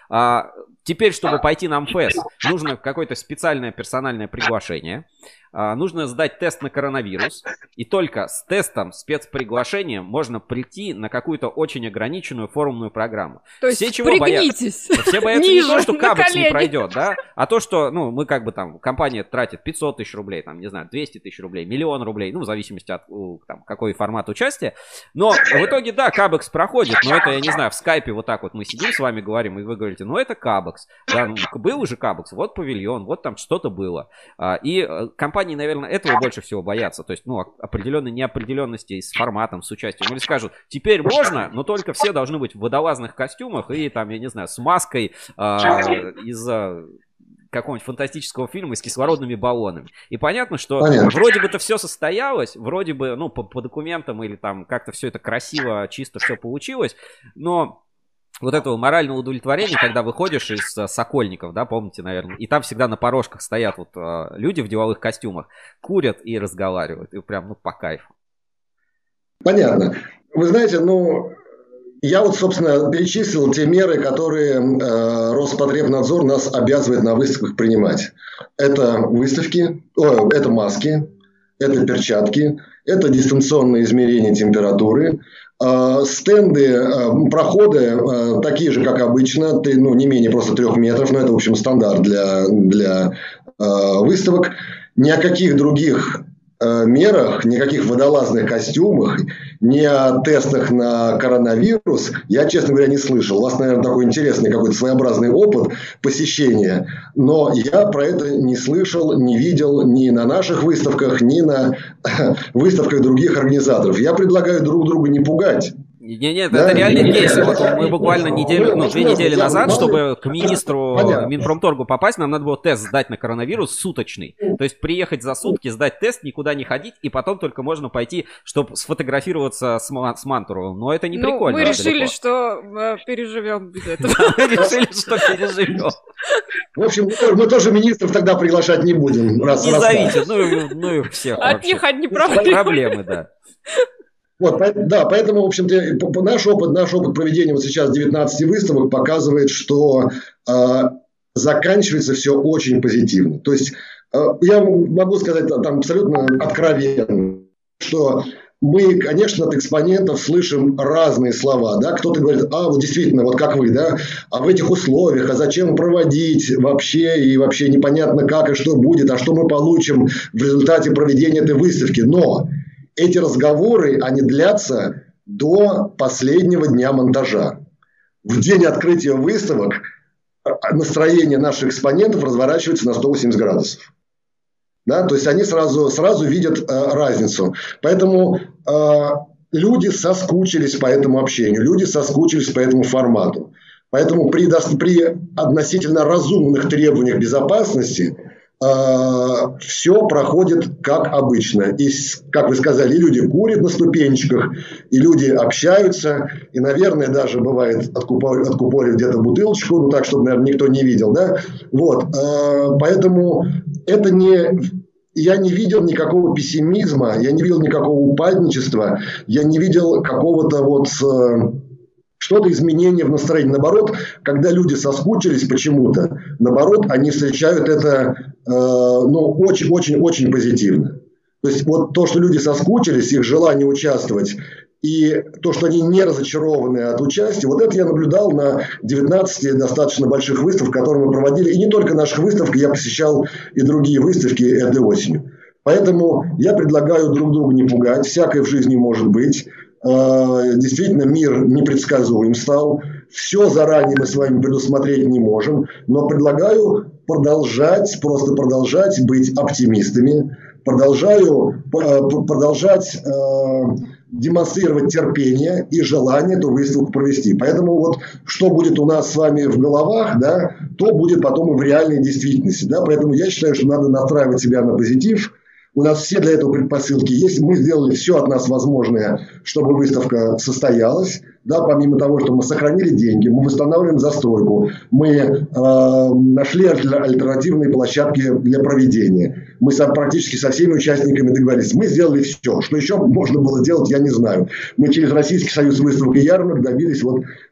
[SPEAKER 1] Теперь, чтобы пойти на МФЭС, нужно какое-то специальное персональное приглашение, нужно сдать тест на коронавирус, и только с тестом, спецприглашением можно прийти на какую-то очень ограниченную форумную программу.
[SPEAKER 2] То есть
[SPEAKER 1] все чего боятся? Все боятся не то, что Кабекс не пройдет, да, а то, что, ну, мы как бы там, компания тратит 500 тысяч рублей, там, не знаю, 200 тысяч рублей, миллион рублей, ну, в зависимости от там, какой формат участия. Но в итоге, да, Кабекс проходит, но это, я не знаю, в скайпе вот так вот мы сидим с вами, говорим, и вы говорите, ну, это Кабекс. Да, ну, был уже Кабекс, вот павильон, вот там что-то было. И компании, наверное, этого больше всего боятся. То есть, ну, определенной неопределенности с форматом, с участием. Или скажут, теперь можно, но только все должны быть в водолазных костюмах и там, я не знаю, с маской из какого-нибудь фантастического фильма с кислородными баллонами. И понятно, что вроде бы это все состоялось, вроде бы, ну, по документам или там как-то все это красиво, чисто все получилось, но вот этого морального удовлетворения, когда выходишь из Сокольников, да, помните, наверное, и там всегда на порожках стоят вот люди в деловых костюмах, курят и разговаривают, и прям, ну, по кайфу.
[SPEAKER 3] Понятно. Вы знаете, ну, я вот, собственно, перечислил те меры, которые Роспотребнадзор нас обязывает на выставках принимать. Это выставки, это маски, это перчатки, это дистанционное измерение температуры, стенды, проходы такие же, как обычно, ну, не менее просто 3 метров, но это, в общем, стандарт для выставок. Ни о каких других мерах, никаких водолазных костюмах, ни о тестах на коронавирус я, честно говоря, не слышал. У вас, наверное, такой интересный какой-то своеобразный опыт посещения, но я про это не слышал, не видел ни на наших выставках, ни на выставках других организаторов. Я предлагаю друг друга не пугать.
[SPEAKER 1] Нет, это реальный кейс. Вот мы буквально 2 недели назад, чтобы к министру Минпромторгу попасть, нам надо было тест сдать на коронавирус суточный. То есть приехать за сутки, сдать тест, никуда не ходить, и потом только можно пойти, чтобы сфотографироваться с Мантуровым. Но это не прикольно.
[SPEAKER 2] Мы решили, что переживем без этого.
[SPEAKER 1] Мы решили, что переживем.
[SPEAKER 3] В общем, мы тоже министров тогда приглашать не будем.
[SPEAKER 1] Не зовите, ну и всех.
[SPEAKER 2] От них одни
[SPEAKER 1] проблемы, да.
[SPEAKER 3] Вот, да, поэтому, в общем-то, наш опыт проведения вот сейчас 19 выставок показывает, что заканчивается все очень позитивно. То есть я могу сказать там абсолютно откровенно, что мы, конечно, от экспонентов слышим разные слова. Да? Кто-то говорит, вот действительно, вот как вы, да, а в этих условиях, а зачем проводить вообще, и вообще непонятно как и что будет, а что мы получим в результате проведения этой выставки. Но эти разговоры, они длятся до последнего дня монтажа. В день открытия выставок настроение наших экспонентов разворачивается на 180 градусов. Да? То есть они сразу видят разницу. Поэтому люди соскучились по этому общению, люди соскучились по этому формату. Поэтому при относительно разумных требованиях безопасности все проходит как обычно. И, как вы сказали, люди курят на ступенечках, и люди общаются, и, наверное, даже бывает откупорив где-то бутылочку, ну так, чтобы, наверное, никто не видел. Да? Вот. Поэтому это я не видел никакого пессимизма, я не видел никакого упадничества, я не видел какого-то что-то изменение в настроении. Наоборот, когда люди соскучились почему-то, наоборот, они встречают это очень-очень-очень позитивно. То есть вот то, что люди соскучились, их желание участвовать, и то, что они не разочарованы от участия, вот это я наблюдал на 19 достаточно больших выставках, которые мы проводили. И не только наших выставок, я посещал и другие выставки этой осенью. Поэтому я предлагаю друг друга не пугать. Всякое в жизни может быть. Действительно, мир непредсказуем стал. Все заранее мы с вами предусмотреть не можем. Но предлагаю продолжать быть оптимистами. Продолжать демонстрировать терпение и желание эту выставку провести. Поэтому вот что будет у нас с вами в головах, да, то будет потом и в реальной действительности. Да. Поэтому я считаю, что надо настраивать себя на позитив. У нас все для этого предпосылки есть. Мы сделали все от нас возможное, чтобы выставка состоялась. Да, помимо того, что мы сохранили деньги, мы восстанавливаем застройку, мы нашли альтернативные площадки для проведения. Мы практически со всеми участниками договорились. Мы сделали все. Что еще можно было делать, я не знаю. Мы через Российский союз выставок и ярмарок добились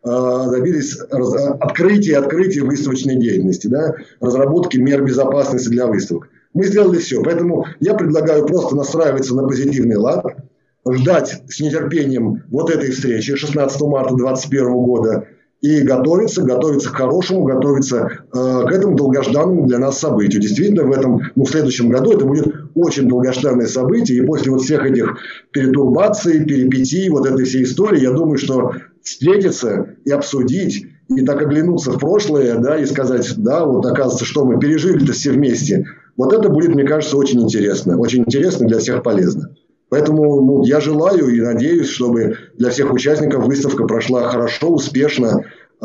[SPEAKER 3] открытия выставочной деятельности, да, разработки мер безопасности для выставок. Мы сделали все. Поэтому я предлагаю просто настраиваться на позитивный лад, ждать с нетерпением вот этой встречи 16 марта 2021 года и готовиться к хорошему, готовиться к этому долгожданному для нас событию. Действительно, в следующем году это будет очень долгожданное событие. И после вот всех этих перетурбаций, перипетий, вот этой всей истории, я думаю, что встретиться и обсудить, и так оглянуться в прошлое, да, и сказать, да, вот оказывается, что мы пережили-то все вместе. Вот это будет, мне кажется, очень интересно и для всех полезно. Поэтому я желаю и надеюсь, чтобы для всех участников выставка прошла хорошо, успешно,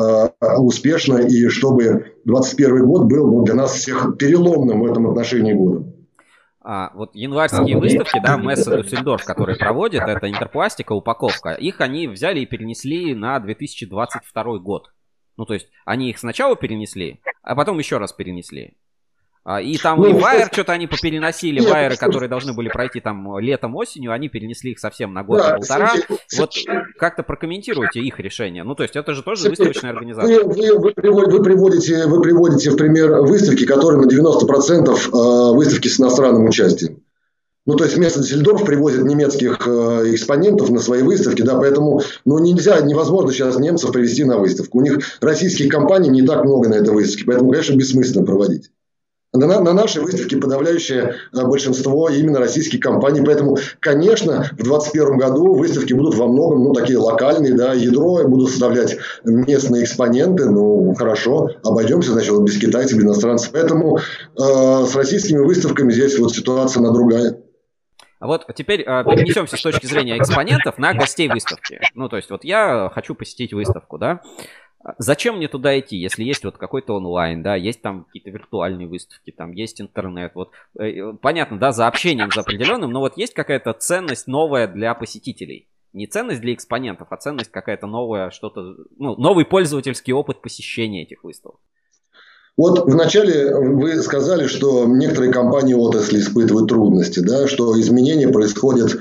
[SPEAKER 3] и чтобы 2021 год был для нас всех переломным в этом отношении годом.
[SPEAKER 1] Вот январские выставки, да, Месса Дюссельдорф, которые проводят, это Интерпластика, упаковка, их они взяли и перенесли на 2022 год. Ну, то есть, они их сначала перенесли, а потом еще раз перенесли. И там и Вайер что-то они попереносили, Вайеры, которые должны были пройти там летом-осенью, они перенесли их совсем на год-полтора. Вот как-то прокомментируйте их решение. Ну, то есть, это же тоже выставочная организация.
[SPEAKER 3] Вы приводите в пример выставки, которые на 90% выставки с иностранным участием. Ну, то есть, Месса Дюссельдорф привозит немецких экспонентов на свои выставки, да, поэтому невозможно сейчас немцев привезти на выставку. У них российских компаний не так много на этой выставке, поэтому, конечно, бессмысленно проводить. На нашей выставке подавляющее большинство именно российских компаний. Поэтому, конечно, в 2021 году выставки будут во многом такие локальные, да, ядро будут составлять местные экспоненты. Ну, хорошо, обойдемся, значит, без китайцев, без иностранцев. Поэтому с российскими выставками здесь вот ситуация на другая.
[SPEAKER 1] А вот теперь перенесемся с точки зрения экспонентов на гостей выставки. Ну, то есть, вот я хочу посетить выставку, да? Зачем мне туда идти, если есть вот какой-то онлайн, да, есть там какие-то виртуальные выставки, там есть интернет, вот понятно, да, за общением, за определенным, но вот есть какая-то ценность новая для посетителей. Не ценность для экспонентов, а ценность какая-то новая, что-то, ну, новый пользовательский опыт посещения этих выставок.
[SPEAKER 3] Вот вначале вы сказали, что некоторые компании отрасли испытывают трудности, да, что изменения происходят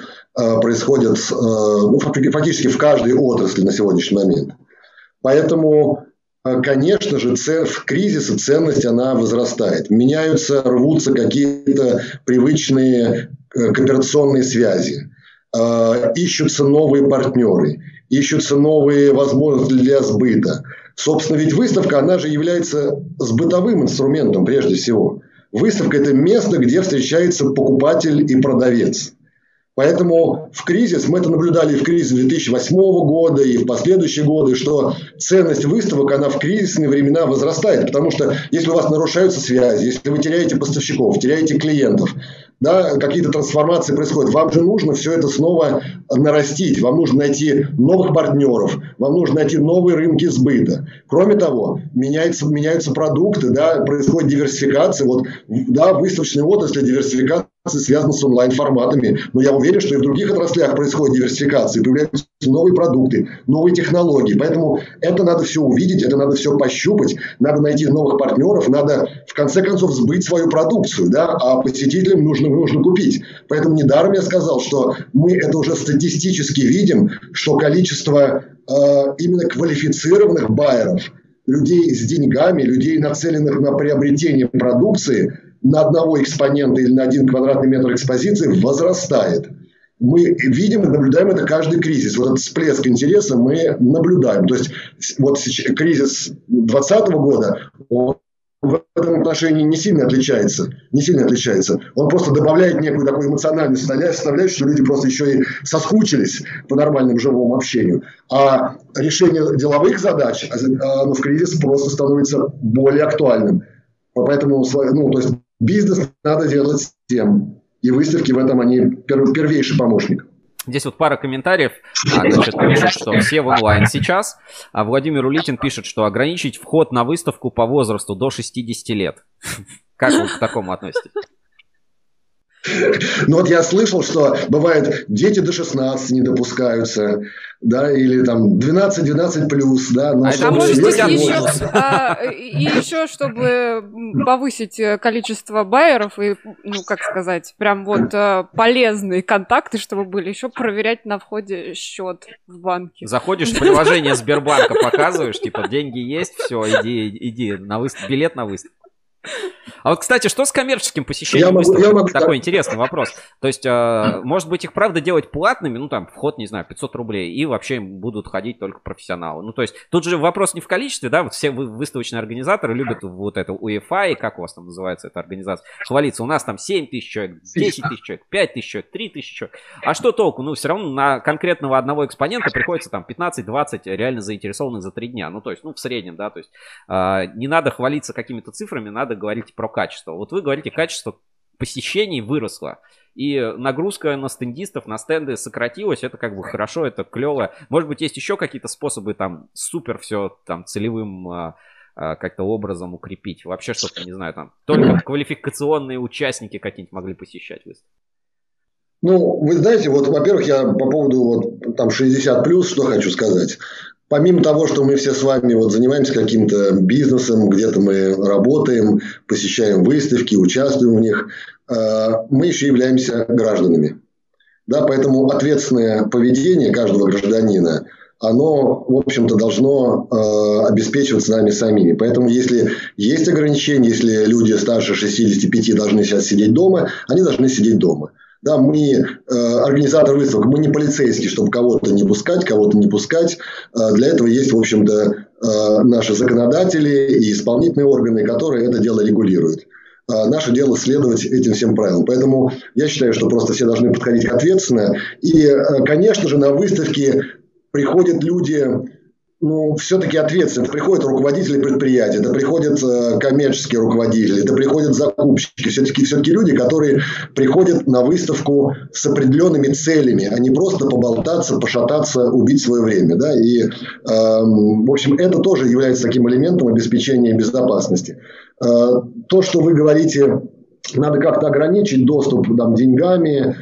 [SPEAKER 3] фактически в каждой отрасли на сегодняшний момент. Поэтому, конечно же, в кризисе ценность она возрастает. Меняются, рвутся какие-то привычные кооперационные связи. Ищутся новые партнеры, ищутся новые возможности для сбыта. Собственно, ведь выставка, она же является сбытовым инструментом прежде всего. Выставка – это место, где встречается покупатель и продавец. Поэтому в кризис, мы это наблюдали и в кризис 2008 года, и в последующие годы, что ценность выставок, она в кризисные времена возрастает. Потому что если у вас нарушаются связи, если вы теряете поставщиков, теряете клиентов, да, какие-то трансформации происходят, вам же нужно все это снова нарастить, вам нужно найти новых партнеров, вам нужно найти новые рынки сбыта. Кроме того, меняются продукты, да, происходит диверсификация. Вот, да, в выставочной отрасли диверсификация связана с онлайн-форматами. Но я уверен, что и в других отраслях происходит диверсификация, появляются новые продукты, новые технологии. Поэтому это надо все увидеть, это надо все пощупать, надо найти новых партнеров, надо в конце концов сбыть свою продукцию, да, а посетителям нужно купить. Поэтому недаром я сказал, что мы это уже статистически видим, что количество именно квалифицированных байеров, людей с деньгами, людей, нацеленных на приобретение продукции, на одного экспонента или на 1 квадратный метр экспозиции возрастает. Мы видим и наблюдаем это каждый кризис. Вот этот всплеск интереса мы наблюдаем. То есть вот кризис 2020 года, он в этом отношении не сильно отличается. Он просто добавляет некую такую эмоциональную составляющую, что люди просто еще и соскучились по нормальному живому общению. А решение деловых задач в кризис просто становится более актуальным. Поэтому, то есть бизнес надо делать всем. И выставки в этом они первейший помощник.
[SPEAKER 1] Здесь вот пара комментариев. Значит, пишут, что все в онлайн сейчас. А Владимир Улитин пишет, что ограничить вход на выставку по возрасту до 60 лет. Как вы к такому относитесь?
[SPEAKER 3] Ну вот я слышал, что бывает дети до 16 не допускаются, да, или там 12 плюс, да. Но
[SPEAKER 2] может быть еще, чтобы повысить количество байеров и, как сказать, прям вот полезные контакты, чтобы были, еще проверять на входе счет в банке.
[SPEAKER 1] Заходишь в приложение Сбербанка, показываешь, типа деньги есть, все, иди на билет на выставку. А вот, кстати, что с коммерческим посещением выставок? Такой интересный вопрос. То есть, может быть, их правда делать платными, там, вход, не знаю, 500 рублей, и вообще будут ходить только профессионалы. Ну, то есть, тут же вопрос не в количестве, да, вот все выставочные организаторы любят вот это УЕФА, и как у вас там называется эта организация, хвалиться. У нас там 7 тысяч человек, 10 тысяч человек, 5 тысяч человек, 3 тысячи человек. А что толку? Ну, все равно на конкретного одного экспонента приходится там 15-20 реально заинтересованных за 3 дня. Ну, то есть, в среднем, да, то есть, не надо хвалиться какими-то цифрами, надо говорить про качество. Вот вы говорите, качество посещений выросло. И нагрузка на стендистов, на стенды сократилась. Это как бы хорошо, это клево. Может быть, есть еще какие-то способы там супер все там целевым как-то образом укрепить. Вообще что-то, не знаю, там только квалификационные участники какие-нибудь могли посещать выставку.
[SPEAKER 3] Ну, вы знаете, вот, во-первых, я по поводу вот там 60+, что хочу сказать. Помимо того, что мы все с вами вот занимаемся каким-то бизнесом, где-то мы работаем, посещаем выставки, участвуем в них, мы еще являемся гражданами. Да, поэтому ответственное поведение каждого гражданина, оно, в общем-то, должно обеспечиваться нами самими. Поэтому, если есть ограничения, если люди старше 65 должны сейчас сидеть дома, они должны сидеть дома. Да, мы организаторы выставок, мы не полицейские, чтобы кого-то не пускать, кого-то не пускать. Для этого есть, в общем-то, наши законодатели и исполнительные органы, которые это дело регулируют. Наше дело следовать этим всем правилам. Поэтому я считаю, что просто все должны подходить ответственно. И, конечно же, на выставке приходят люди, все-таки ответственные. Это приходят руководители предприятий, это приходят коммерческие руководители, это приходят закупщики. Все-таки люди, которые приходят на выставку с определенными целями, а не просто поболтаться, пошататься, убить свое время. Да? И, в общем, это тоже является таким элементом обеспечения безопасности. То, что вы говорите, надо как-то ограничить доступ деньгами.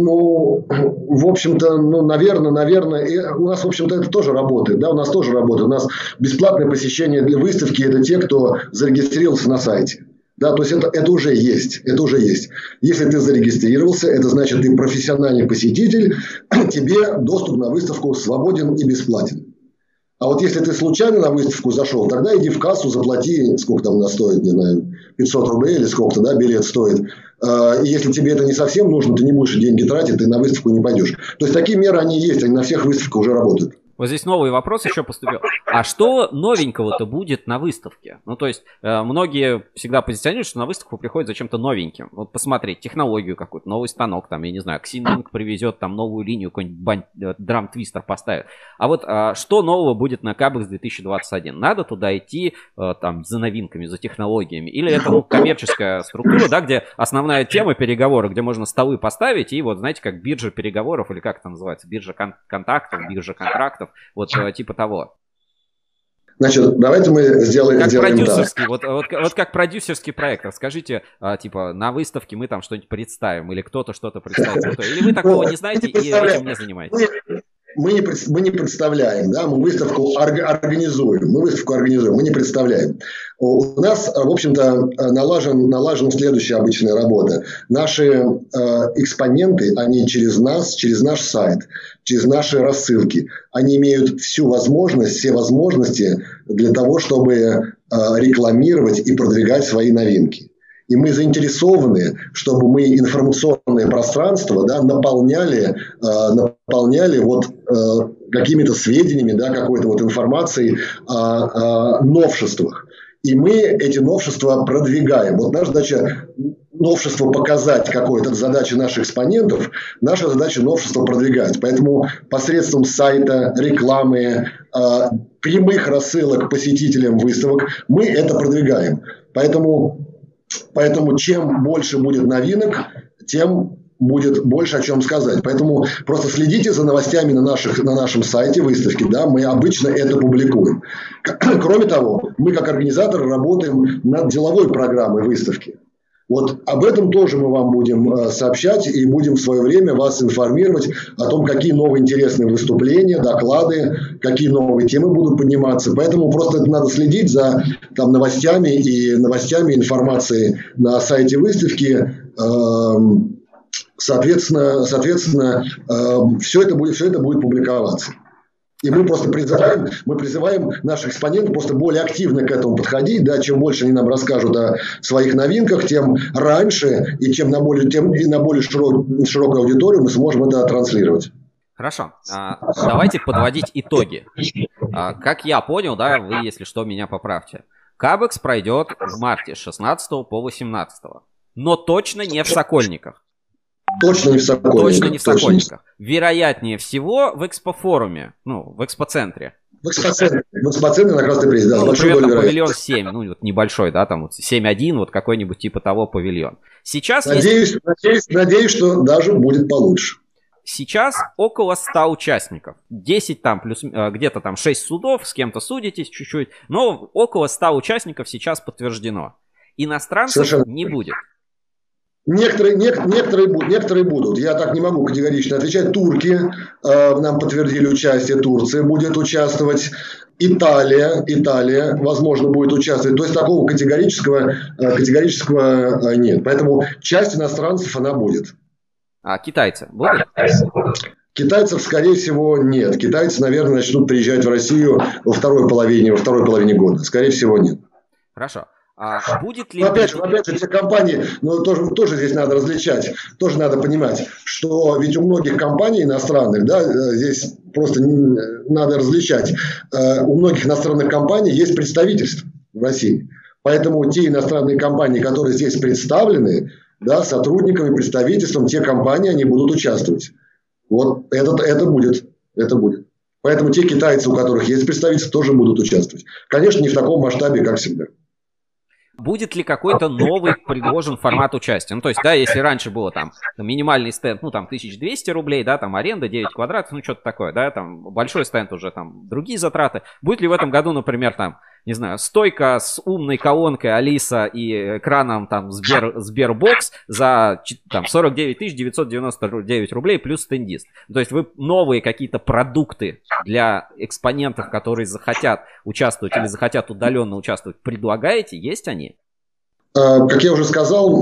[SPEAKER 3] В общем-то, наверное, у нас, в общем-то, это тоже работает, да, у нас тоже работает. У нас бесплатное посещение для выставки – это те, кто зарегистрировался на сайте. Да, то есть это уже есть, это уже есть. Если ты зарегистрировался, это значит, ты профессиональный посетитель, тебе доступ на выставку свободен и бесплатен. А вот если ты случайно на выставку зашел, тогда иди в кассу, заплати, сколько там она стоит, не знаю, 500 рублей или сколько-то, да, билет стоит. И если тебе это не совсем нужно, ты не будешь деньги тратить, ты на выставку не пойдешь. То есть такие меры, они есть, они на всех выставках уже работают.
[SPEAKER 1] Вот здесь новый вопрос еще поступил. А что новенького-то будет на выставке? То есть, многие всегда позиционируют, что на выставку приходят за чем-то новеньким. Вот посмотреть технологию какую-то, новый станок, там, я не знаю, Xinlink привезет, там, новую линию, какой-нибудь драм-твистер поставит. А вот что нового будет на CABEX 2021? Надо туда идти, там, за новинками, за технологиями? Или это, коммерческая структура, да, где основная тема переговоров, где можно столы поставить, и вот, знаете, как биржа переговоров, или как это называется, биржа контактов, биржа контрактов, вот типа того.
[SPEAKER 3] Значит, давайте мы сделаем
[SPEAKER 1] продюсерский, так. Вот как продюсерский проект. Расскажите, типа, на выставке мы там что-нибудь представим, или кто-то что-то представит. Или вы такого не знаете и этим не занимаетесь?
[SPEAKER 3] Мы не представляем, да, мы выставку организуем, мы не представляем. У нас, в общем-то, налажена следующая обычная работа. Наши экспоненты, они через наш сайт, через наши рассылки, они имеют все возможности для того, чтобы рекламировать и продвигать свои новинки. И мы заинтересованы, чтобы мы информационное пространство, да, наполняли какими-то сведениями, да, какой-то информацией о новшествах. И мы эти новшества продвигаем. Вот наша задача новшество показать какое-то, задача наших экспонентов, наша задача новшество продвигать. Поэтому посредством сайта, рекламы, прямых рассылок посетителям выставок мы это продвигаем. Поэтому чем больше будет новинок, тем будет больше о чем сказать. Поэтому просто следите за новостями на нашем сайте выставки. Да, мы обычно это публикуем. Кроме того, мы как организаторы работаем над деловой программой выставки. Вот об этом тоже мы вам будем сообщать и будем в свое время вас информировать о том, какие новые интересные выступления, доклады, какие новые темы будут подниматься. Поэтому просто надо следить за новостями информацией на сайте выставки. Соответственно, все это будет публиковаться. И мы просто призываем наших экспонентов просто более активно к этому подходить. Да, чем больше они нам расскажут о своих новинках, тем раньше и на более широкую аудиторию мы сможем это транслировать.
[SPEAKER 1] Хорошо. Давайте подводить итоги. Как я понял, да, вы, если что, меня поправьте. CABEX пройдет в марте с 16 по 18. Но точно не в Сокольниках.
[SPEAKER 3] Точно не в Сокольниках.
[SPEAKER 1] Вероятнее всего в экспофоруме, в экспоцентре.
[SPEAKER 3] В экспоцентре на Красной Прессе, да.
[SPEAKER 1] Например, там павильон 7, небольшой, да, там 7.1, какой-нибудь типа того павильон. Сейчас
[SPEAKER 3] надеюсь, что даже будет получше.
[SPEAKER 1] Сейчас около 100 участников. 10 там, плюс где-то там 6 судов, с кем-то судитесь чуть-чуть, но около 100 участников сейчас подтверждено. Иностранцев не будет.
[SPEAKER 3] Некоторые будут. Я так не могу категорично отвечать. Турки нам подтвердили участие. Турция будет участвовать. Италия, возможно, будет участвовать. То есть такого категорического нет. Поэтому часть иностранцев она будет.
[SPEAKER 1] А китайцы будут?
[SPEAKER 3] Китайцев, скорее всего, нет. Китайцы, наверное, начнут приезжать в Россию во второй половине года. Скорее всего, нет.
[SPEAKER 1] Хорошо. А будет ли...
[SPEAKER 3] Опять же, все компании, тоже здесь надо различать, тоже надо понимать, что ведь у многих компаний иностранных, да, здесь просто надо различать, у многих иностранных компаний есть представительство в России. Поэтому те иностранные компании, которые здесь представлены, да, сотрудниками, представительством, те компании, они будут участвовать. Вот это будет. Это будет. Поэтому те китайцы, у которых есть представительство, тоже будут участвовать. Конечно, не в таком масштабе, как всегда.
[SPEAKER 1] Будет ли какой-то новый предложен формат участия? Ну, то есть, да, если раньше было там минимальный стенд, ну, там, 1200 рублей, да, там, аренда 9 квадратов, ну, что-то такое, да, там, большой стенд уже, там, другие затраты. Будет ли в этом году, например, там, не знаю, стойка с умной колонкой Алиса и экраном, там, Сбербокс за, там, 49 999 рублей плюс стендист. То есть, вы новые какие-то продукты для экспонентов, которые захотят участвовать или захотят удаленно участвовать, предлагаете? Есть они?
[SPEAKER 3] Как я уже сказал,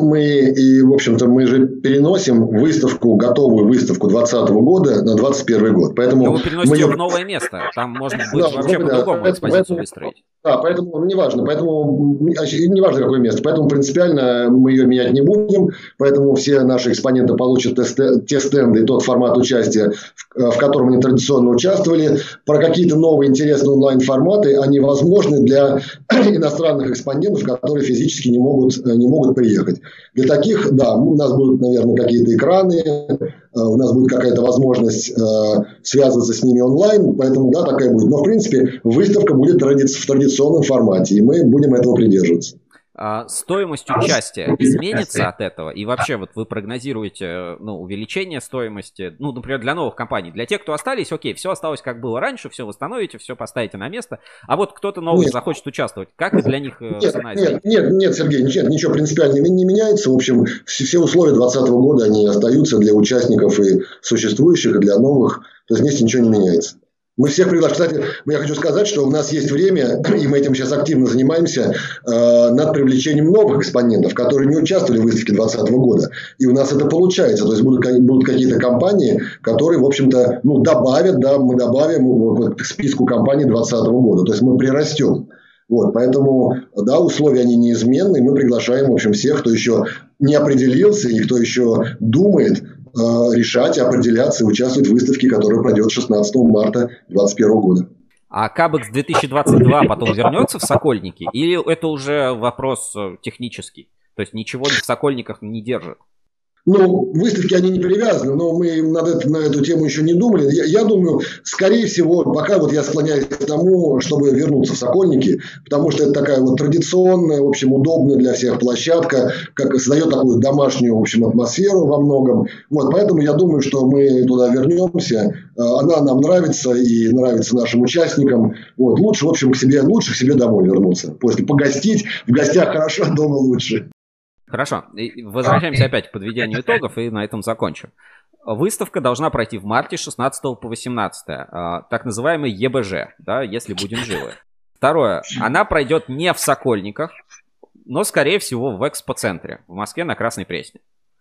[SPEAKER 3] в общем-то, мы же переносим выставку, готовую выставку 2020 года на 2021 год. Поэтому
[SPEAKER 1] вы переносите ее в новое место. Там можно будет вообще по-другому экспозицию выстроить.
[SPEAKER 3] Да, поэтому неважно. Поэтому неважно, какое место. Поэтому принципиально мы ее менять не будем. Поэтому все наши экспоненты получат те стенды и тот формат участия, в котором они традиционно участвовали. Про какие-то новые интересные онлайн-форматы, они возможны для иностранных экспонентов, которые физически не могут приехать. Для таких, да, у нас будут, наверное, какие-то экраны, у нас будет какая-то возможность связываться с ними онлайн, поэтому, да, такая будет. Но, в принципе, выставка будет в традиционном формате, и мы будем этого придерживаться.
[SPEAKER 1] Стоимость участия изменится от этого? И вообще, вот вы прогнозируете, ну, увеличение стоимости, ну, например, для новых компаний. Для тех, кто остались, окей, все осталось как было раньше, все восстановите, все поставите на место. А вот кто-то новый захочет участвовать, как для них цена изменится?
[SPEAKER 3] Нет, Сергей, ничего принципиально не меняется. В общем, все условия 2020 года, они остаются для участников и существующих, и для новых. То есть здесь ничего не меняется. Мы всех приглашаем. Кстати, я хочу сказать, что у нас есть время, и мы этим сейчас активно занимаемся, над привлечением новых экспонентов, которые не участвовали в выставке 2020 года. И у нас это получается. То есть будут какие-то компании, которые, в общем-то, ну, добавят, да, мы добавим к списку компаний 2020 года. То есть мы прирастем. Вот, поэтому, да, условия они неизменны. Мы приглашаем, в общем, всех, кто еще не определился и кто еще думает, решать, определяться и участвовать в выставке, которая пройдет 16 марта 2021 года.
[SPEAKER 1] А Кабекс 2022 потом вернется в Сокольники? Или это уже вопрос технический? То есть ничего в Сокольниках не держит?
[SPEAKER 3] Ну, выставки, они не привязаны, но мы на эту тему еще не думали. Я думаю, скорее всего, пока вот я склоняюсь к тому, чтобы вернуться в Сокольники, потому что это такая вот традиционная, в общем, удобная для всех площадка, как создает такую домашнюю, в общем, атмосферу во многом. Вот, поэтому я думаю, что мы туда вернемся. Она нам нравится и нравится нашим участникам. Вот, лучше, в общем, к себе домой вернуться. После погостить, в гостях хорошо, дома лучше.
[SPEAKER 1] Хорошо. Возвращаемся опять к подведению итогов и на этом закончим. Выставка должна пройти в марте 16 по 18. Так называемый ЕБЖ, да, если будем живы. Второе. Она пройдет не в Сокольниках, но, скорее всего, в экспоцентре в Москве на Красной Пресне.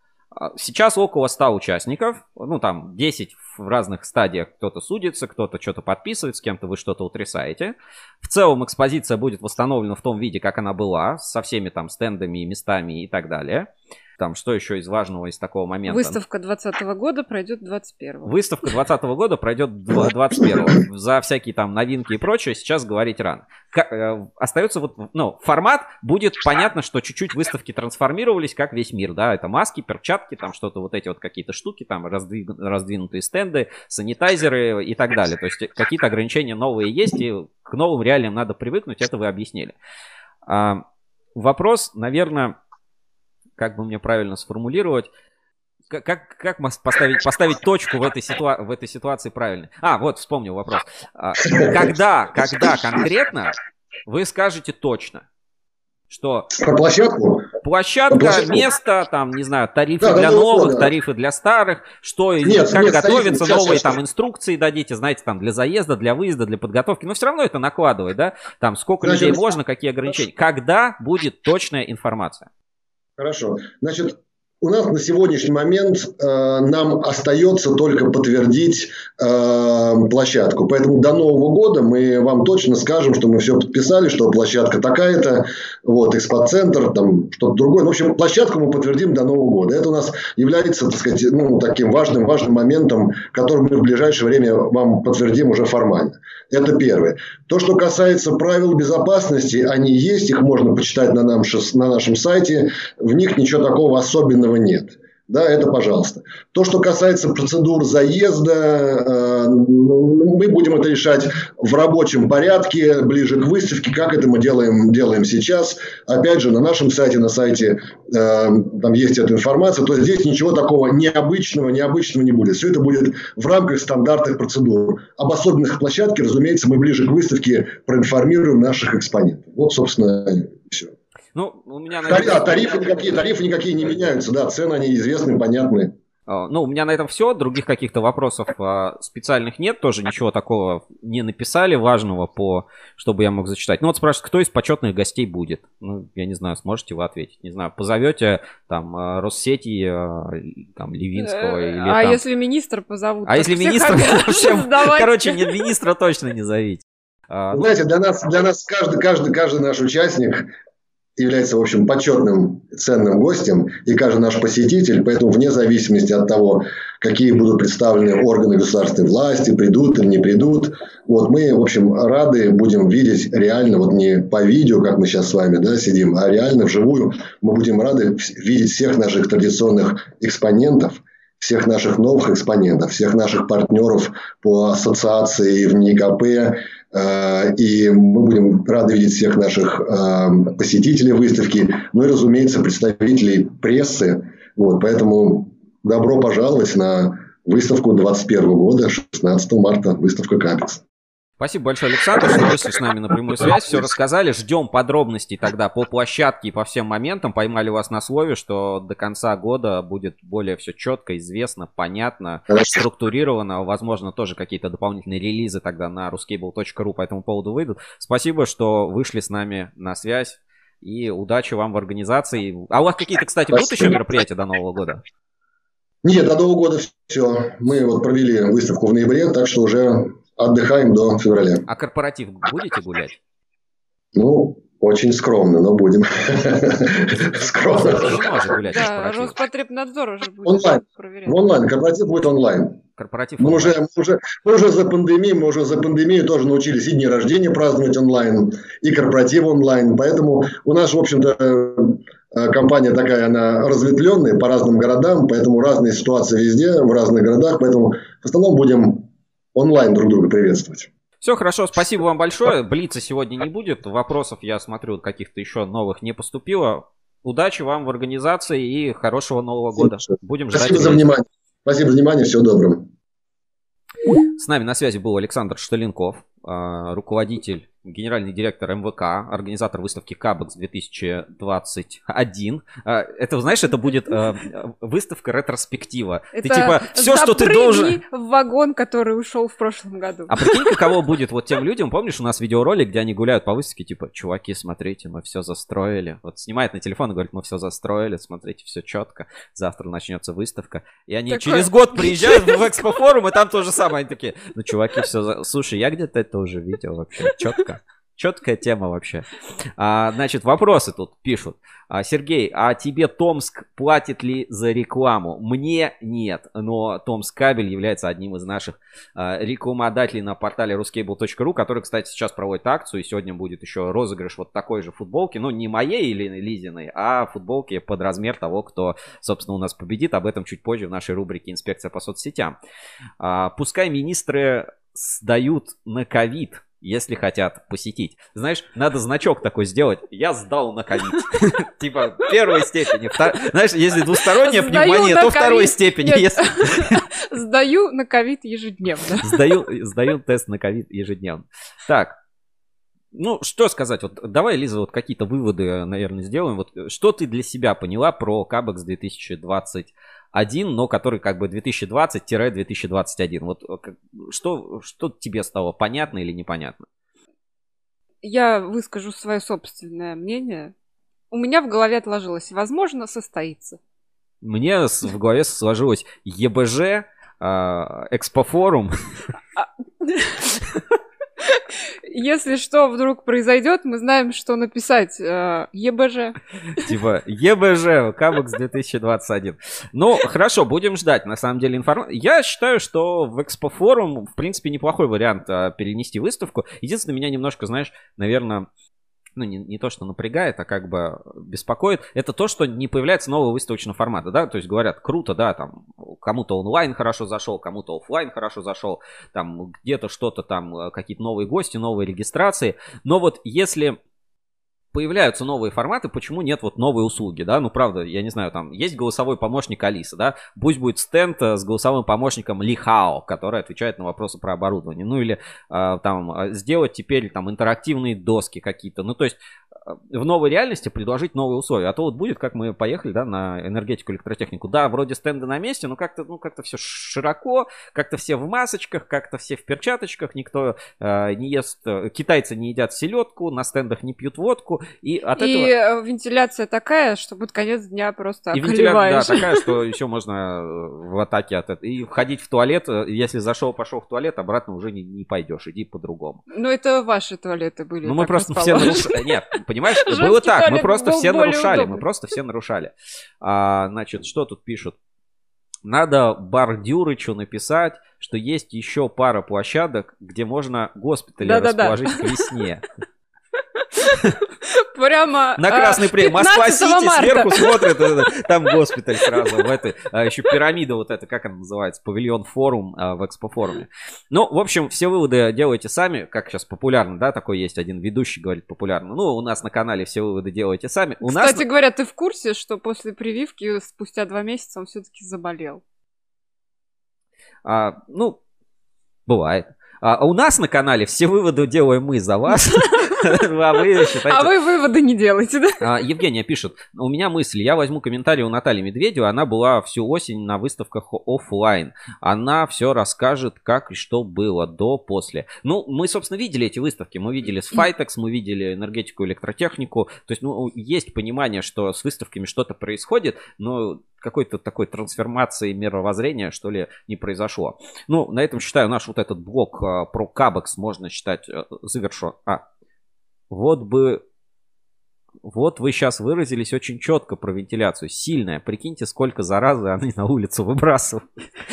[SPEAKER 1] Сейчас около 100 участников, ну там 10 в разных стадиях, кто-то судится, кто-то что-то подписывает, с кем-то вы что-то утрясаете. В целом экспозиция будет восстановлена в том виде, как она была, со всеми там стендами, местами и так далее. Там, что еще из важного из такого момента?
[SPEAKER 2] Выставка 2020 года пройдет 21-го.
[SPEAKER 1] Выставка 2020 года пройдет 21-го. За всякие там новинки и прочее сейчас говорить рано. Остается вот, ну, формат будет понятно, что чуть-чуть выставки трансформировались, как весь мир, да, это маски, перчатки, там что-то вот эти вот какие-то штуки, там раздвинутые стенды, санитайзеры и так далее. То есть какие-то ограничения новые есть, и к новым реалиям надо привыкнуть, это вы объяснили. Вопрос, наверное, как бы мне правильно сформулировать, как поставить точку в этой ситуации правильно? Вот, вспомнил вопрос. Когда конкретно вы скажете точно, что
[SPEAKER 3] про площадку?
[SPEAKER 1] Площадка, место, там, не знаю, тарифы для новых, тарифы для старых, что как готовятся, новые там инструкции дадите, знаете, там, для заезда, для выезда, для подготовки, но все равно это накладывает, да, там, сколько людей можно, какие ограничения. Когда будет точная информация?
[SPEAKER 3] Хорошо. Значит, У нас на сегодняшний момент нам остается только подтвердить площадку. Поэтому до Нового года мы вам точно скажем, что мы все подписали, что площадка такая-то, вот, экспоцентр, там что-то другое. В общем, площадку мы подтвердим до Нового года. Это у нас является, так сказать, таким важным моментом, который мы в ближайшее время вам подтвердим уже формально. Это первое. То, что касается правил безопасности, они есть, их можно почитать на нашем сайте. В них ничего такого особенного нет. Да, это пожалуйста. То, что касается процедур заезда, мы будем это решать в рабочем порядке, ближе к выставке, как это мы делаем сейчас. Опять же, на нашем сайте, на сайте там есть эта информация. То есть здесь ничего такого необычного не будет. Все это будет в рамках стандартных процедур. Об особенностях площадки, разумеется, мы ближе к выставке проинформируем наших экспонентов. Вот, собственно, все.
[SPEAKER 1] Ну, у меня
[SPEAKER 3] тарифы никакие не меняются, да, цены они известны, понятны.
[SPEAKER 1] Ну, у меня на этом все, других каких-то вопросов специальных нет, тоже ничего такого не написали важного, чтобы я мог зачитать. Ну, вот спрашивают, кто из почетных гостей будет? Ну, я не знаю, сможете вы ответить? Не знаю, позовете там Россети, там Левинского или там...
[SPEAKER 2] если министра позовут?
[SPEAKER 1] А если министра, короче, нет, министра точно не зовите.
[SPEAKER 3] Знаете, для нас каждый наш участник является, в общем, почетным ценным гостем, и каждый наш посетитель, поэтому вне зависимости от того, какие будут представлены органы государственной власти, придут или не придут, вот мы, в общем, рады будем видеть реально, вот не по видео, как мы сейчас с вами, да, сидим, а реально вживую мы будем рады видеть всех наших традиционных экспонентов, всех наших новых экспонентов, всех наших партнеров по ассоциации в НИКП, и мы будем рады видеть всех наших посетителей выставки, ну и, разумеется, представителей прессы. Вот, поэтому добро пожаловать на выставку 2021 года, 16 марта, выставка Кабекс.
[SPEAKER 1] Спасибо большое, Александр, что вышли с нами на прямую связь, все рассказали. Ждем подробностей тогда по площадке и по всем моментам. Поймали вас на слове, что до конца года будет более все четко, известно, понятно, структурировано. Возможно, тоже какие-то дополнительные релизы тогда на ruscable.ru по этому поводу выйдут. Спасибо, что вышли с нами на связь. И удачи вам в организации. А у вас какие-то, кстати, будут еще мероприятия до Нового года?
[SPEAKER 3] Нет, до Нового года все. Мы вот провели выставку в ноябре, так что уже... отдыхаем до февраля.
[SPEAKER 1] А корпоратив будете гулять?
[SPEAKER 3] Ну, очень скромно, но будем. Скромно.
[SPEAKER 2] Да, Роспотребнадзор уже будет проверять.
[SPEAKER 3] Онлайн. Корпоратив будет онлайн. Мы уже за пандемию тоже научились и дни рождения праздновать онлайн, и корпоратив онлайн. Поэтому у нас, в общем-то, компания такая, она разветвленная по разным городам, поэтому разные ситуации везде, в разных городах. Поэтому в основном будем онлайн друг друга приветствовать.
[SPEAKER 1] Все хорошо, спасибо вам большое. Блица сегодня не будет. Вопросов, я смотрю, каких-то еще новых не поступило. Удачи вам в организации и хорошего Нового года. Будем ждать.
[SPEAKER 3] Спасибо за внимание. Спасибо за внимание. Всего доброго.
[SPEAKER 1] С нами на связи был Александр Шталенков, руководитель, генеральный директор МВК, организатор выставки Кабекс 2021. Это, знаешь, это будет выставка ретроспектива.
[SPEAKER 2] Это
[SPEAKER 1] ты типа все, что ты должен...
[SPEAKER 2] в вагон, который ушел в прошлом году.
[SPEAKER 1] А прикинь, каково будет вот тем людям, помнишь, у нас видеоролик, где они гуляют по выставке, типа, чуваки, смотрите, мы все застроили. Вот снимает на телефон и говорит, мы все застроили, смотрите, все четко, завтра начнется выставка. И они через год приезжают в экспофорум, и там то же самое. Они такие, ну, чуваки, все... Слушай, я где-то это уже видел вообще, четко. Четкая тема вообще. Значит, вопросы тут пишут. Сергей, а тебе Томск платит ли за рекламу? Мне нет, но Томск Кабель является одним из наших рекламодателей на портале ruscable.ru, который, кстати, сейчас проводит акцию, и сегодня будет еще розыгрыш вот такой же футболки, ну, не моей или Лизиной, а футболки под размер того, кто, собственно, у нас победит. Об этом чуть позже в нашей рубрике «Инспекция по соцсетям». Пускай министры сдают на ковид, если хотят посетить. Знаешь, надо значок такой сделать. Я сдал на ковид. Типа первой степени. Знаешь, если двусторонняя пневмония, то второй степени.
[SPEAKER 2] Сдаю на ковид ежедневно.
[SPEAKER 1] Сдаю тест на ковид ежедневно. Так. Ну, что сказать? Вот давай, Лиза, вот какие-то выводы, наверное, сделаем. Вот что ты для себя поняла про Кабекс 2021, но который как бы 2020-2021. Вот что тебе стало понятно или непонятно?
[SPEAKER 2] Я выскажу свое собственное мнение. У меня в голове отложилось, возможно, состоится.
[SPEAKER 1] Мне в голове сложилось ЕБЖ, Экспофорум.
[SPEAKER 2] Если что вдруг произойдет, мы знаем, что написать. ЕБЖ.
[SPEAKER 1] Типа ЕБЖ, Кабекс 2021. Ну, хорошо, будем ждать, на самом деле, информацию. Я считаю, что в Экспофорум, в принципе, неплохой вариант перенести выставку. Единственное, меня немножко, знаешь, наверное... Ну, не то, что напрягает, а как бы беспокоит, это то, что не появляется нового выставочного формата, да, то есть говорят, круто, да, там, кому-то онлайн хорошо зашел, кому-то офлайн хорошо зашел, там, где-то что-то там, какие-то новые гости, новые регистрации, но вот если появляются новые форматы, почему нет вот новые услуги, да, ну, правда, я не знаю, там, есть голосовой помощник Алиса, да, пусть будет стенд с голосовым помощником Лихао, который отвечает на вопросы про оборудование, ну, или там, сделать теперь, там, интерактивные доски какие-то, ну, то есть, в новой реальности предложить новые условия, а то вот будет, как мы поехали, да, на энергетику, электротехнику, да, вроде стенды на месте, но как-то все широко, как-то все в масочках, как-то все в перчаточках, никто не ест, китайцы не едят селедку, на стендах не пьют водку, и от этого...
[SPEAKER 2] вентиляция такая, что под конец дня просто
[SPEAKER 1] околеваешь. И вентиляция, да, такая, что еще можно в атаке от этого. И входить в туалет, если пошел в туалет, обратно уже не пойдешь, иди по-другому.
[SPEAKER 2] Ну, это ваши туалеты были.
[SPEAKER 1] Ну, мы просто все нарушали. Нет, понимаешь, было так, мы просто все нарушали. Мы просто все нарушали. Значит, что тут пишут? Надо Бордюрычу написать, что есть еще пара площадок, где можно госпитали расположить к весне.
[SPEAKER 2] Прямо
[SPEAKER 1] на Красный премия. Москва-Сити сверху смотрит, там госпиталь сразу. Еще пирамида вот эта, как она называется, павильон форум в Экспофоруме. Ну, в общем, все выводы делайте сами, как сейчас популярно, да, такой есть один ведущий, говорит популярно. Ну, у нас на канале все выводы делайте сами.
[SPEAKER 2] Кстати говоря, ты в курсе, что после прививки спустя 2 месяца он все-таки заболел?
[SPEAKER 1] Ну, бывает. А у нас на канале все выводы делаем мы за вас.
[SPEAKER 2] А вы выводы не делаете, да?
[SPEAKER 1] Евгения пишет, у меня мысль, я возьму комментарий у Натальи Медведевой, она была всю осень на выставках офлайн, она все расскажет, как и что было до, после. Ну, мы, собственно, видели эти выставки, мы видели с Fitex, мы видели энергетику, электротехнику, то есть, ну, есть понимание, что с выставками что-то происходит, но какой-то такой трансформации мировоззрения, что ли, не произошло. Ну, на этом, считаю, наш вот этот блок про Кабекс можно считать завершен. Вот вы сейчас выразились очень четко про вентиляцию. Сильная. Прикиньте, сколько заразы они на улицу выбрасывают.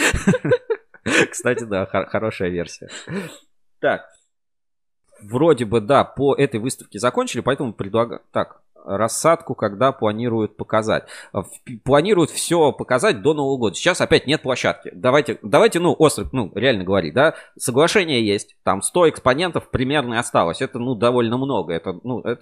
[SPEAKER 1] Кстати, да, хорошая версия. Так. Вроде бы, да, по этой выставке закончили, поэтому предлагаю... Так, рассадку, когда планируют показать. Планируют все показать до Нового года. Сейчас опять нет площадки. Давайте, ну, остров, ну, реально говорить, да. Соглашение есть. Там 100 экспонентов примерно осталось. Это, ну, довольно много. Это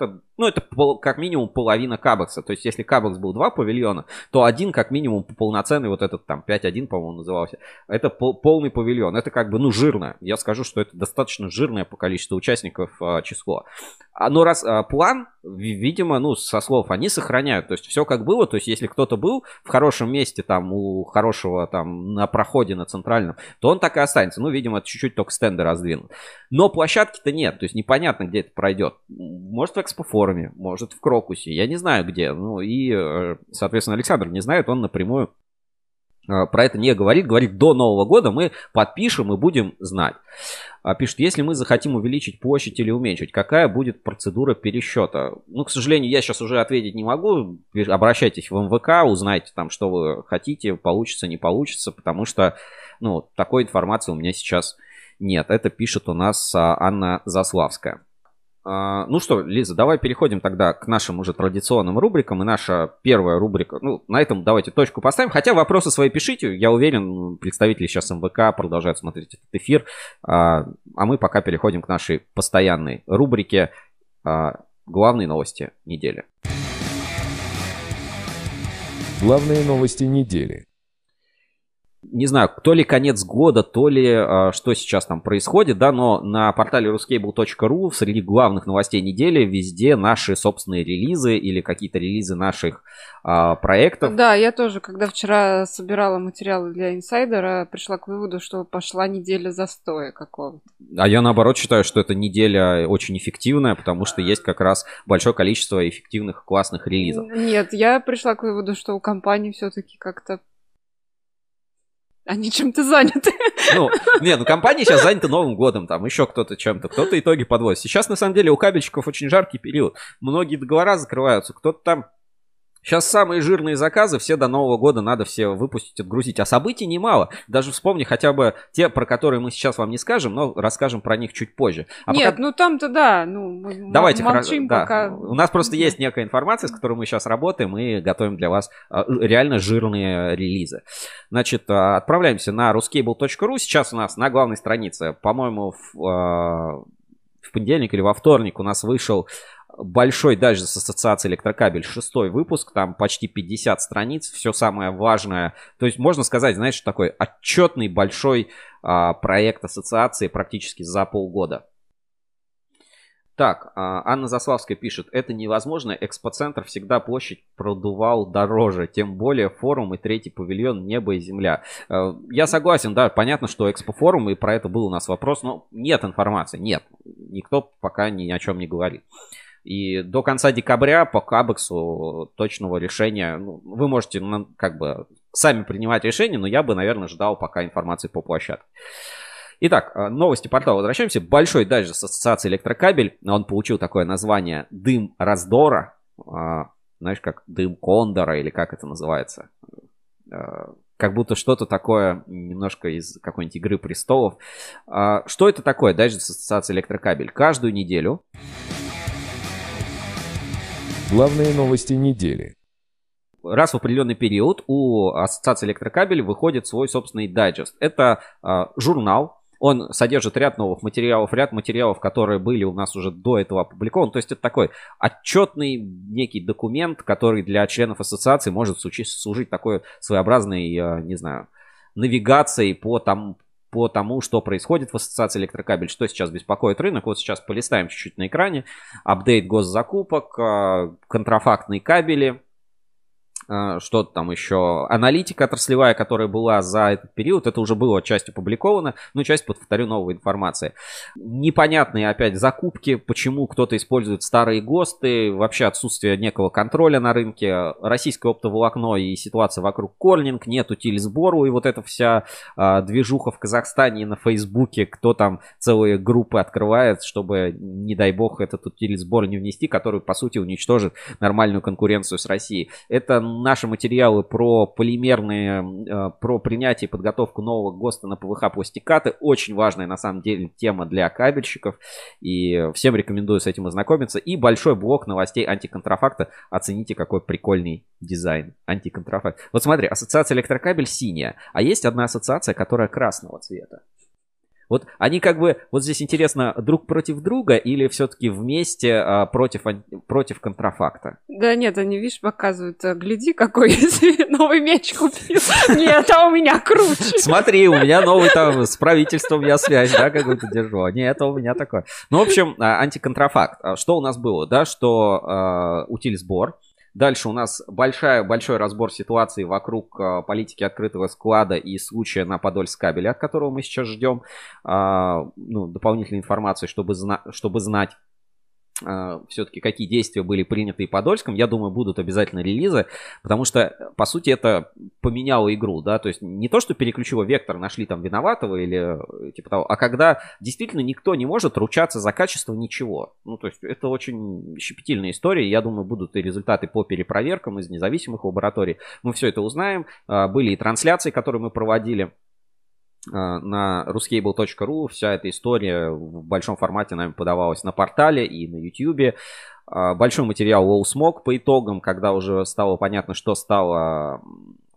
[SPEAKER 1] как минимум половина Кабекса. То есть, если Кабекс был 2 павильона, то один как минимум полноценный, вот этот там 5.1, по-моему, назывался. Это полный павильон. Это как бы, ну, жирно. Я скажу, что это достаточно жирное по количеству участников число. Но раз план, видимо, ну, со слов, они сохраняют. То есть, все как было. То есть, если кто-то был в хорошем месте, там, у хорошего, там, на проходе, на центральном, то он так и останется. Ну, видимо, чуть-чуть только стенды раздвинут. Но площадки-то нет. То есть, непонятно, где это пройдет. Может, в Экспофоруме, может, в Крокусе. Я не знаю, где. Ну, и, соответственно, Александр не знает. Он напрямую про это не говорит. Говорит, до Нового года мы подпишем и будем знать. Пишет, если мы захотим увеличить площадь или уменьшить, какая будет процедура пересчета? Ну, к сожалению, я сейчас уже ответить не могу. Обращайтесь в МВК, узнайте там, что вы хотите, получится, не получится, потому что, ну, такой информации у меня сейчас нет. Это пишет у нас Анна Заславская. Ну что, Лиза, давай переходим тогда к нашим уже традиционным рубрикам. И наша первая рубрика, ну, на этом давайте точку поставим. Хотя вопросы свои пишите, я уверен, представители сейчас МВК продолжают смотреть этот эфир. А мы пока переходим к нашей постоянной рубрике «Главные новости недели».
[SPEAKER 4] Главные новости недели.
[SPEAKER 1] не знаю, то ли конец года, то ли что сейчас там происходит, да, но на портале ruscable.ru среди главных новостей недели везде наши собственные релизы или какие-то релизы наших проектов.
[SPEAKER 2] Да, я тоже, когда вчера собирала материалы для инсайдера, пришла к выводу, что пошла неделя застоя какого-то.
[SPEAKER 1] А я наоборот считаю, что эта неделя очень эффективная, потому что есть как раз большое количество эффективных, классных релизов.
[SPEAKER 2] Нет, я пришла к выводу, что у компании все-таки как-то они чем-то заняты.
[SPEAKER 1] Ну компании сейчас заняты Новым годом, там еще кто-то чем-то, кто-то итоги подводит. Сейчас, на самом деле, у кабельщиков очень жаркий период. Многие договора закрываются, кто-то там... Сейчас самые жирные заказы, все до Нового года надо все выпустить, отгрузить. А событий немало. Даже вспомни хотя бы те, про которые мы сейчас вам не скажем, но расскажем про них чуть позже.
[SPEAKER 2] Нет, пока... там-то да. Мы
[SPEAKER 1] давайте
[SPEAKER 2] молчим,
[SPEAKER 1] да.
[SPEAKER 2] пока...
[SPEAKER 1] У нас просто есть некая информация, с которой мы сейчас работаем и готовим для вас реально жирные релизы. Значит, отправляемся на ruscable.ru. Сейчас у нас на главной странице, по-моему, в понедельник или во вторник у нас вышел большой дайджест Ассоциации Электрокабель, 6-й выпуск, там почти 50 страниц, все самое важное. То есть можно сказать, знаешь, такой отчетный большой проект ассоциации практически за полгода. Так, Анна Заславская пишет, это невозможно, экспоцентр всегда площадь продувал дороже, тем более форум и третий павильон небо и земля. Я согласен, да, понятно, что экспофорум, и про это был у нас вопрос, но нет информации, нет, никто пока ни о чем не говорит. И до конца декабря по Кабексу точного решения, вы можете как бы сами принимать решение, но я бы, наверное, ждал пока информации по площадке. Итак, новости портала. Возвращаемся. Большой дайджест Ассоциации Электрокабель. Он получил такое название «Дым раздора». Знаешь, как «Дым кондора» или как это называется. Как будто что-то такое немножко из какой-нибудь «Игры престолов». Что это такое дайджест Ассоциации Электрокабель? Каждую неделю...
[SPEAKER 4] Главные новости недели.
[SPEAKER 1] Раз в определенный период у Ассоциации Электрокабель выходит свой собственный дайджест. Это журнал. Он содержит ряд новых материалов, ряд материалов, которые были у нас уже до этого опубликованы. То есть это такой отчетный некий документ, который для членов ассоциации может служить такой своеобразной, не знаю, навигацией по тому, что происходит в Ассоциации Электрокабель, что сейчас беспокоит рынок. Вот сейчас полистаем чуть-чуть на экране. Апдейт госзакупок, контрафактные кабели, что-то там еще. Аналитика отраслевая, которая была за этот период, это уже было часть опубликовано, но часть, повторю, новой информации. Непонятные опять закупки, почему кто-то использует старые ГОСТы, вообще отсутствие некого контроля на рынке, российское оптоволокно и ситуация вокруг Корнинг, нет утилизбору, и вот эта вся движуха в Казахстане и на Фейсбуке, кто там целые группы открывает, чтобы, не дай бог, этот утилизбор не внести, который, по сути, уничтожит нормальную конкуренцию с Россией. Это наши материалы про полимерные, про принятие и подготовку нового ГОСТа на ПВХ-пластикаты. Очень важная, на самом деле, тема для кабельщиков. И всем рекомендую с этим ознакомиться. И большой блок новостей антиконтрафакта. Оцените, какой прикольный дизайн антиконтрафакт. Вот смотри, Ассоциация Электрокабель синяя. А есть одна ассоциация, которая красного цвета. Вот они как бы, вот здесь интересно, друг против друга или все-таки вместе против контрафакта?
[SPEAKER 2] Да нет, они, видишь, показывают, гляди, какой новый меч купил. Нет, а у меня круче.
[SPEAKER 1] Смотри, у меня новый там с правительством я связь, да, какую-то держу. Нет, это у меня такое. Ну, в общем, антиконтрафакт. Что у нас было, да, что утилизбор. Дальше у нас большой разбор ситуации вокруг политики открытого склада и случая на Подольскабеле, от которого мы сейчас ждем дополнительной информации, чтобы знать все-таки какие действия были приняты и Подольском. Я думаю, будут обязательно релизы, потому что, по сути, это поменяло игру, да, то есть не то, что переключило вектор, нашли там виноватого или типа того, а когда действительно никто не может ручаться за качество ничего. Ну, то есть это очень щепетильная история, я думаю, будут и результаты по перепроверкам из независимых лабораторий. Мы все это узнаем. Были и трансляции, которые мы проводили на ruscable.ru. Вся эта история в большом формате нами подавалась на портале и на YouTube. Большой материал Low Smoke по итогам, когда уже стало понятно, что стало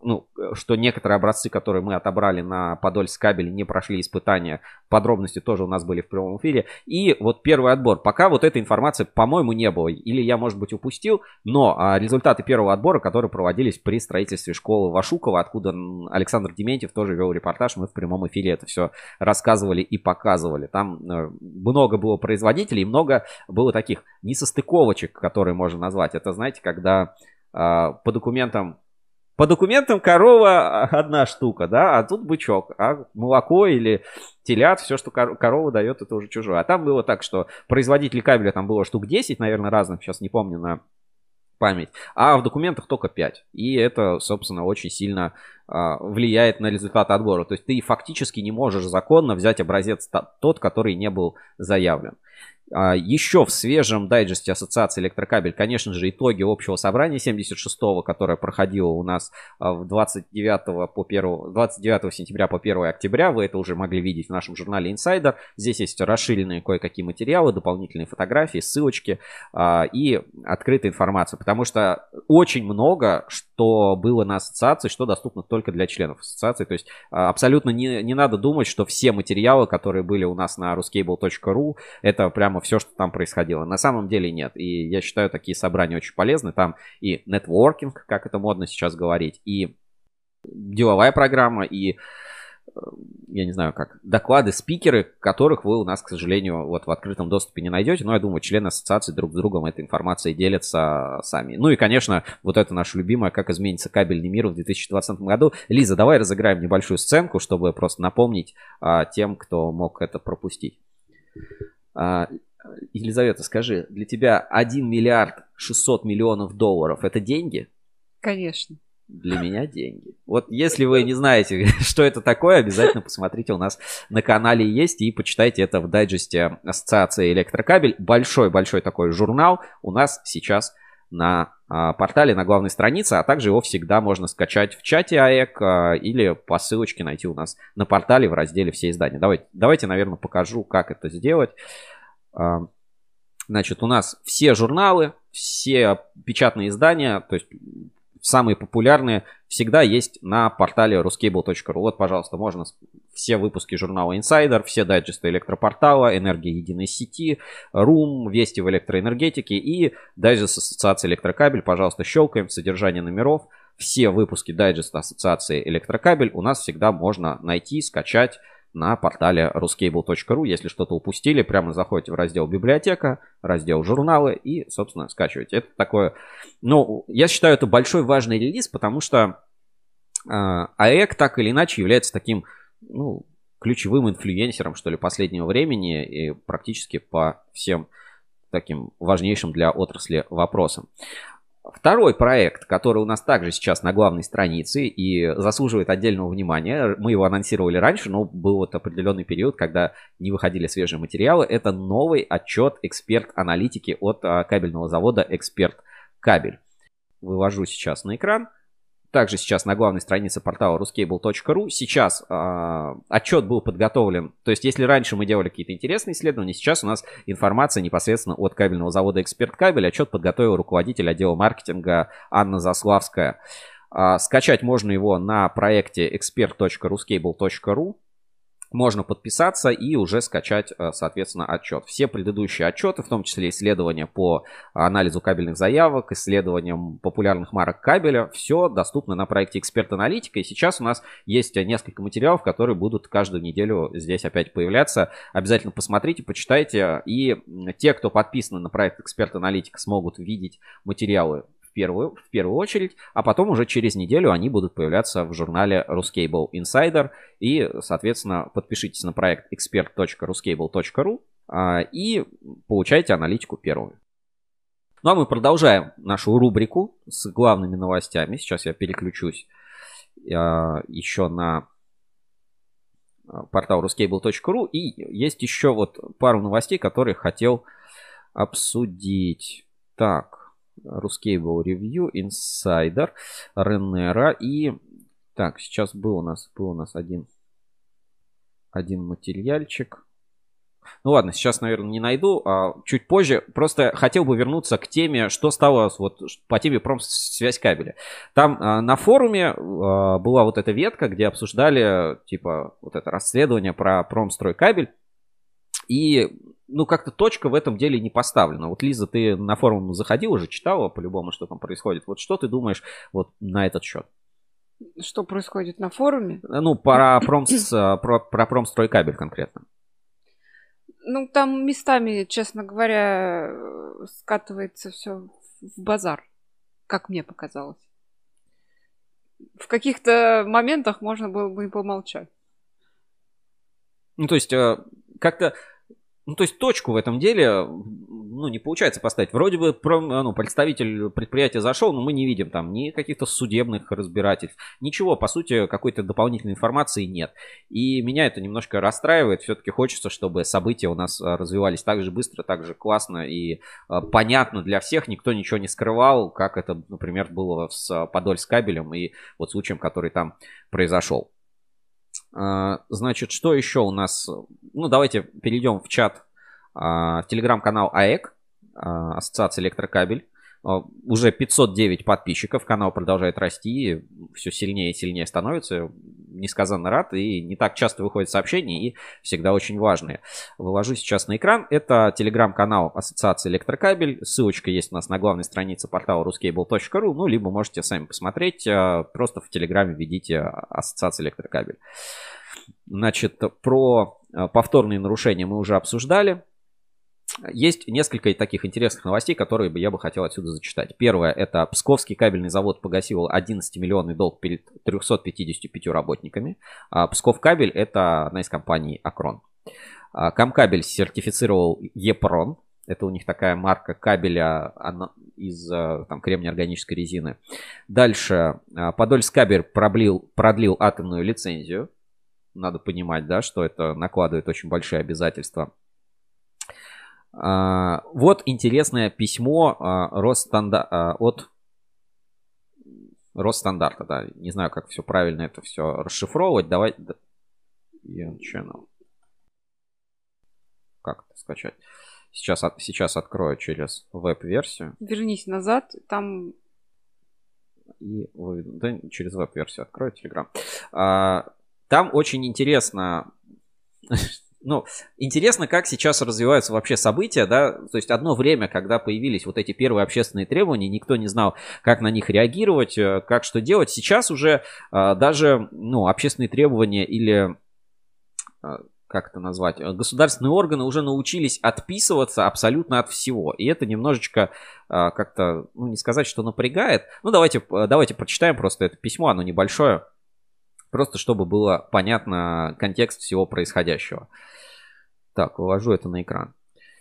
[SPEAKER 1] ну, что некоторые образцы, которые мы отобрали на Подольск кабеле, не прошли испытания. Подробности тоже у нас были в прямом эфире. И вот первый отбор. Пока вот этой информации, по-моему, не было. Или я, может быть, упустил. Но результаты первого отбора, которые проводились при строительстве школы Вашукова, откуда Александр Дементьев тоже вел репортаж. Мы в прямом эфире это все рассказывали и показывали. Там много было производителей, много было таких несостыковочек, которые можно назвать. Это, знаете, когда по документам корова одна штука, да, а тут бычок, а молоко или телят, все, что корова дает, это уже чужое. А там было так, что производителей кабеля там было штук 10, наверное, разных, сейчас не помню на память, а в документах только 5. И это, собственно, очень сильно влияет на результат отбора. То есть ты фактически не можешь законно взять образец тот, который не был заявлен. Еще в свежем дайджесте Ассоциации Электрокабель, конечно же, итоги общего собрания 76-го, которое проходило у нас 29 сентября по 1 октября. Вы это уже могли видеть в нашем журнале Insider. Здесь есть расширенные кое-какие материалы, дополнительные фотографии, ссылочки и открытая информация. Потому что очень много, что было на ассоциации, что доступно только для членов ассоциации. То есть абсолютно не надо думать, что все материалы, которые были у нас на ruscable.ru, это прямо все, что там происходило. На самом деле нет. И я считаю, такие собрания очень полезны. Там и нетворкинг, как это модно сейчас говорить, и деловая программа, и, я не знаю как, доклады, спикеры, которых вы у нас, к сожалению, вот в открытом доступе не найдете. Но я думаю, члены ассоциации друг с другом этой информацией делятся сами. Ну и, конечно, вот это наше любимое, как изменится кабельный мир в 2020 году. Лиза, давай разыграем небольшую сценку, чтобы просто напомнить тем, кто мог это пропустить. Елизавета, скажи, для тебя 1 миллиард 600 миллионов долларов это деньги?
[SPEAKER 2] Конечно.
[SPEAKER 1] Для меня деньги. Вот если вы не знаете, что это такое, обязательно посмотрите, у нас на канале есть, и почитайте это в дайджесте Ассоциации Электрокабель. Большой-большой такой журнал у нас сейчас на портале, на главной странице, а также его всегда можно скачать в чате АЭК или по ссылочке найти у нас на портале в разделе «Все издания». Давайте, наверное, покажу, как это сделать. Значит, у нас все журналы, все печатные издания, то есть самые популярные, всегда есть на портале ruscable.ru. Вот, пожалуйста, можно все выпуски журнала Insider, все дайджесты электропортала, Энергия единой сети, РУМ, Вести в электроэнергетике и дайджест Ассоциации Электрокабель. Пожалуйста, щелкаем содержание номеров. Все выпуски дайджеста Ассоциации Электрокабель у нас всегда можно найти, скачать на портале ruscable.ru. Если что-то упустили, прямо заходите в раздел «Библиотека», раздел «Журналы» и, собственно, скачиваете. Это такое, ну, я считаю, это большой важный релиз, потому что АЭК так или иначе является таким, ну, ключевым инфлюенсером, что ли, последнего времени и практически по всем таким важнейшим для отрасли вопросам. Второй проект, который у нас также сейчас на главной странице и заслуживает отдельного внимания, мы его анонсировали раньше, но был вот определенный период, когда не выходили свежие материалы, это новый отчет эксперт-аналитики от кабельного завода «Эксперт Кабель». Вывожу сейчас на экран. Также сейчас на главной странице портала ruscable.ru. Сейчас отчет был подготовлен. То есть, если раньше мы делали какие-то интересные исследования, сейчас у нас информация непосредственно от кабельного завода «Эксперт Кабель». Отчет подготовил руководитель отдела маркетинга Анна Заславская. Скачать можно его на проекте expert.ruscable.ru. Можно подписаться и уже скачать, соответственно, отчет. Все предыдущие отчеты, в том числе исследования по анализу кабельных заявок, исследованиям популярных марок кабеля, все доступно на проекте «Эксперт-аналитика». И сейчас у нас есть несколько материалов, которые будут каждую неделю здесь опять появляться. Обязательно посмотрите, почитайте. И те, кто подписаны на проект «Эксперт-аналитика», смогут видеть материалы в первую очередь, а потом уже через неделю они будут появляться в журнале Ruscable Insider. И, соответственно, подпишитесь на проект expert.ruscable.ru и получайте аналитику первую. Ну а мы продолжаем нашу рубрику с главными новостями. Сейчас я переключусь еще на портал ruscable.ru. И есть еще вот пару новостей, которые хотел обсудить. Так. Ruscable Review, Insider, Renera и... Так, сейчас был у нас один материальчик. Ну ладно, сейчас, наверное, не найду, а чуть позже. Просто хотел бы вернуться к теме, что стало вот по теме промсвязь кабеля. Там на форуме была вот эта ветка, где обсуждали, типа, вот это расследование про промстройкабель. И, ну, как-то точка в этом деле не поставлена. Вот, Лиза, ты на форум заходила уже, читала по-любому, что там происходит. Вот что ты думаешь вот на этот счет?
[SPEAKER 2] Что происходит на форуме?
[SPEAKER 1] Ну, про промстройкабель конкретно.
[SPEAKER 2] Ну, там местами, честно говоря, скатывается все в базар, как мне показалось. В каких-то моментах можно было бы и помолчать.
[SPEAKER 1] Ну, то есть, как-то... Ну, то есть точку в этом деле, ну, не получается поставить. Вроде бы представитель предприятия зашел, но мы не видим там ни каких-то судебных разбирательств, ничего, по сути, какой-то дополнительной информации нет. И меня это немножко расстраивает. Все-таки хочется, чтобы события у нас развивались так же быстро, так же классно и понятно для всех. Никто ничего не скрывал, как это, например, было с Подольскабелем и вот случаем, который там произошел. Значит, что еще у нас? Ну, давайте перейдем в чат, в телеграм-канал АЭК, Ассоциация Электрокабель. Уже 509 подписчиков, канал продолжает расти, все сильнее и сильнее становится. Несказанно рад, и не так часто выходят сообщения, и всегда очень важные. Вывожу сейчас на экран. Это телеграм-канал Ассоциации Электрокабель. Ссылочка есть у нас на главной странице портала ruscable.ru. Ну, либо можете сами посмотреть. Просто в телеграме введите Ассоциация Электрокабель. Значит, про повторные нарушения мы уже обсуждали. Есть несколько таких интересных новостей, которые я бы хотел отсюда зачитать. Первое, это Псковский кабельный завод погасил 11-миллионный долг перед 355 работниками. Псков кабель — это одна из компаний Акрон. Камкабель сертифицировал Епрон. Это у них такая марка кабеля из там, кремнеорганической резины. Дальше Подольскабель продлил атомную лицензию. Надо понимать, да, что это накладывает очень большие обязательства. Вот интересное письмо от Росстандарта. Да. Не знаю, как все правильно это все расшифровывать. Давай. Channel. Как это скачать? Сейчас открою через веб-версию.
[SPEAKER 2] Вернись назад, там...
[SPEAKER 1] Да, через веб-версию открою Telegram. Там очень интересно... Ну, интересно, как сейчас развиваются вообще события, да, то есть одно время, когда появились вот эти первые общественные требования, никто не знал, как на них реагировать, как что делать. Сейчас уже даже, ну, общественные требования или, как это назвать, государственные органы уже научились отписываться абсолютно от всего. И это немножечко как-то, ну, не сказать, что напрягает. Ну, давайте прочитаем просто это письмо, оно небольшое. Просто чтобы было понятно контекст всего происходящего. Так, вывожу это на экран.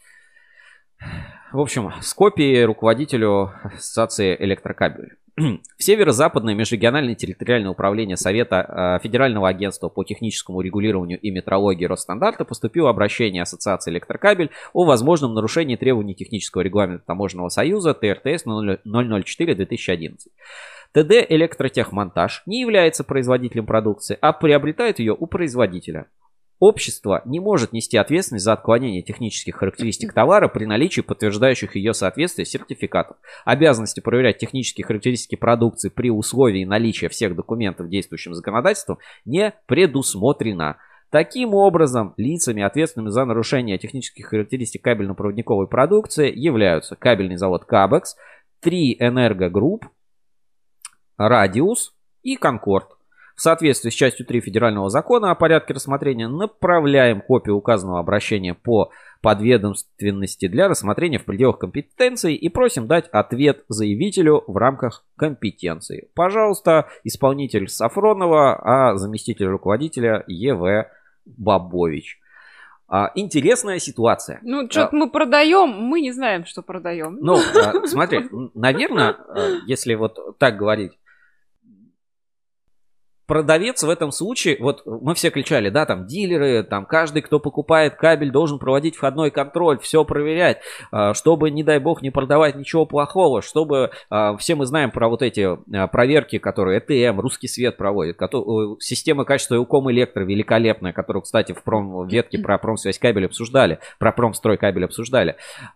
[SPEAKER 1] В общем, с копией руководителю Ассоциации Электрокабель. В Северо-Западное межрегиональное территориальное управление Совета Федерального агентства по техническому регулированию и метрологии Росстандарта поступило обращение Ассоциации Электрокабель о возможном нарушении требований технического регламента Таможенного союза ТРТС 004/2011. ТД «Электротехмонтаж» не является производителем продукции, а приобретает ее у производителя. Общество не может нести ответственность за отклонение технических характеристик товара при наличии подтверждающих ее соответствие сертификатов. Обязанности проверять технические характеристики продукции при условии наличия всех документов действующим законодательством не предусмотрено. Таким образом, лицами, ответственными за нарушение технических характеристик кабельно-проводниковой продукции, являются кабельный завод «Кабекс», 3 «Энергогрупп», «Радиус» и «Конкорд». В соответствии с частью 3 Федерального закона о порядке рассмотрения направляем копию указанного обращения по подведомственности для рассмотрения в пределах компетенции и просим дать ответ заявителю в рамках компетенции. Пожалуйста, исполнитель Сафронова, а заместитель руководителя Е.В. Бабович. Интересная ситуация.
[SPEAKER 2] Ну, что-то мы продаем, мы не знаем, что продаем.
[SPEAKER 1] Ну, смотри, наверное, если вот так говорить, продавец в этом случае, вот мы все кричали, да, там дилеры, там каждый, кто покупает кабель, должен проводить входной контроль, все проверять, чтобы, не дай бог, не продавать ничего плохого, чтобы, все мы знаем про вот эти проверки, которые ЭТМ, Русский Свет проводит, система качества Илком Электро великолепная, которую, кстати, в ветке про Промсвязь кабель обсуждали, про Промстрой кабель обсуждали.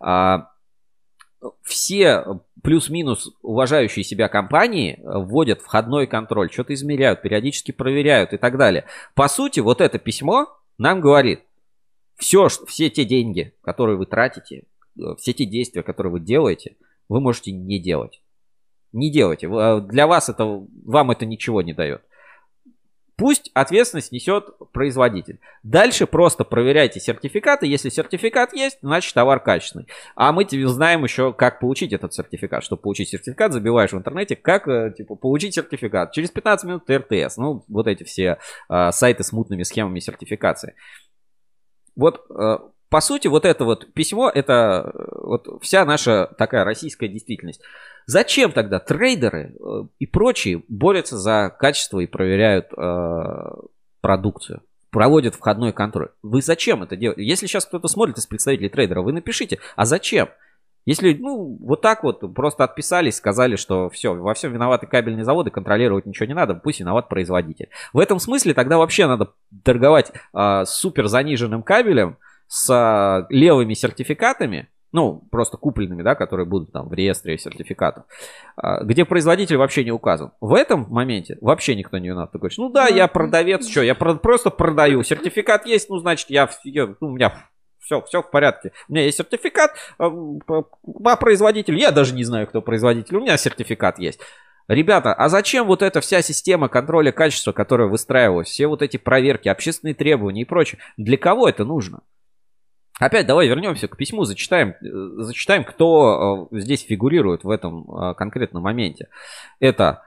[SPEAKER 1] Все плюс-минус уважающие себя компании вводят входной контроль, что-то измеряют, периодически проверяют и так далее. По сути, вот это письмо нам говорит, все те деньги, которые вы тратите, все те действия, которые вы делаете, вы можете не делать. Не делайте. Для вас вам это ничего не дает. Пусть ответственность несет производитель. Дальше просто проверяйте сертификаты. Если сертификат есть, значит товар качественный. А мы знаем еще, как получить этот сертификат. Чтобы получить сертификат, забиваешь в интернете, как получить сертификат. Через 15 минут РТС. Ну, вот эти все сайты с мутными схемами сертификации. Вот, по сути, вот это вот письмо, это вот вся наша такая российская действительность. Зачем тогда трейдеры и прочие борются за качество и проверяют продукцию, проводят входной контроль? Вы зачем это делаете? Если сейчас кто-то смотрит из представителей трейдера, вы напишите, а зачем? Если, вот так вот просто отписались, сказали, что все, во всем виноваты кабельные заводы, контролировать ничего не надо, пусть виноват производитель. В этом смысле тогда вообще надо торговать супер заниженным кабелем с левыми сертификатами, ну, просто купленными, да, которые будут там в реестре сертификатов, где производитель вообще не указан. В этом моменте вообще никто не виноват. Ты говоришь, ну да, я продавец, что, я просто продаю. Сертификат есть, ну, значит, у меня все в порядке. У меня есть сертификат, а производитель, я даже не знаю, кто производитель, у меня сертификат есть. Ребята, а зачем вот эта вся система контроля качества, которая выстраивалась, все вот эти проверки, общественные требования и прочее, для кого это нужно? Опять давай вернемся к письму, зачитаем, кто здесь фигурирует в этом конкретном моменте. Это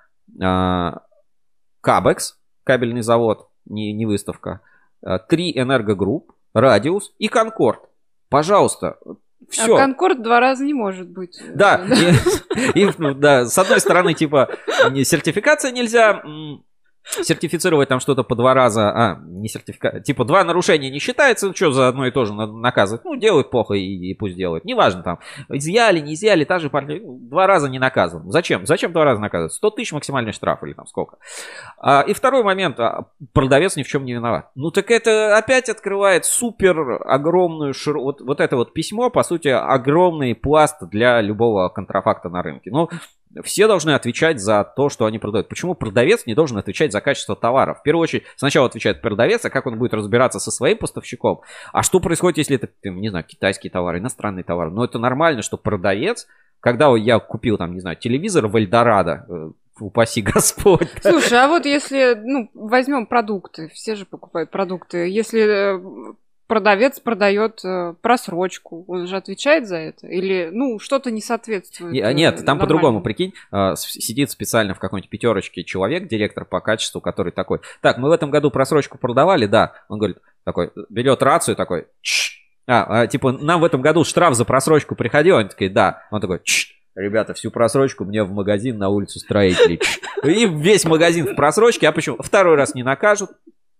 [SPEAKER 1] Кабекс, кабельный завод, не выставка, 3 Энергогрупп, Радиус и Конкорд. Пожалуйста, все.
[SPEAKER 2] А Конкорд 2 раза не может быть.
[SPEAKER 1] Да, да, с одной стороны, типа, сертификация нельзя... Сертифицировать там что-то по 2 раза, не сертификат, типа 2 нарушения не считается, ну что за одно и то же надо наказывать, ну делают плохо и пусть делают, неважно там, изъяли, не изъяли, та же партия, 2 раза не наказываем, зачем 2 раза наказывать, 100 тысяч максимальный штраф или там сколько. И второй момент, продавец ни в чем не виноват, ну так это опять открывает супер огромную, вот это вот письмо, по сути, огромный пласт для любого контрафакта на рынке, ну. Все должны отвечать за то, что они продают. Почему продавец не должен отвечать за качество товара? В первую очередь, сначала отвечает продавец, а как он будет разбираться со своим поставщиком? А что происходит, если это, не знаю, китайский товар, иностранный товар? Ну, это нормально, что продавец, когда я купил, там, не знаю, телевизор в Эльдорадо, упаси Господь.
[SPEAKER 2] Слушай, а вот если, возьмем продукты, все же покупают продукты, если... Продавец продает просрочку. Он же отвечает за это? Или, что-то не соответствует?
[SPEAKER 1] Нет, там по-другому, прикинь. Сидит специально в какой-нибудь пятерочке человек, директор по качеству, который такой, так, мы в этом году просрочку продавали, да. Он говорит, такой, берет рацию, такой, типа, нам в этом году штраф за просрочку приходил? Он такой, да. Он такой, ребята, всю просрочку мне в магазин на улицу Строителей. И весь магазин в просрочке, а почему? 2-й раз не накажут.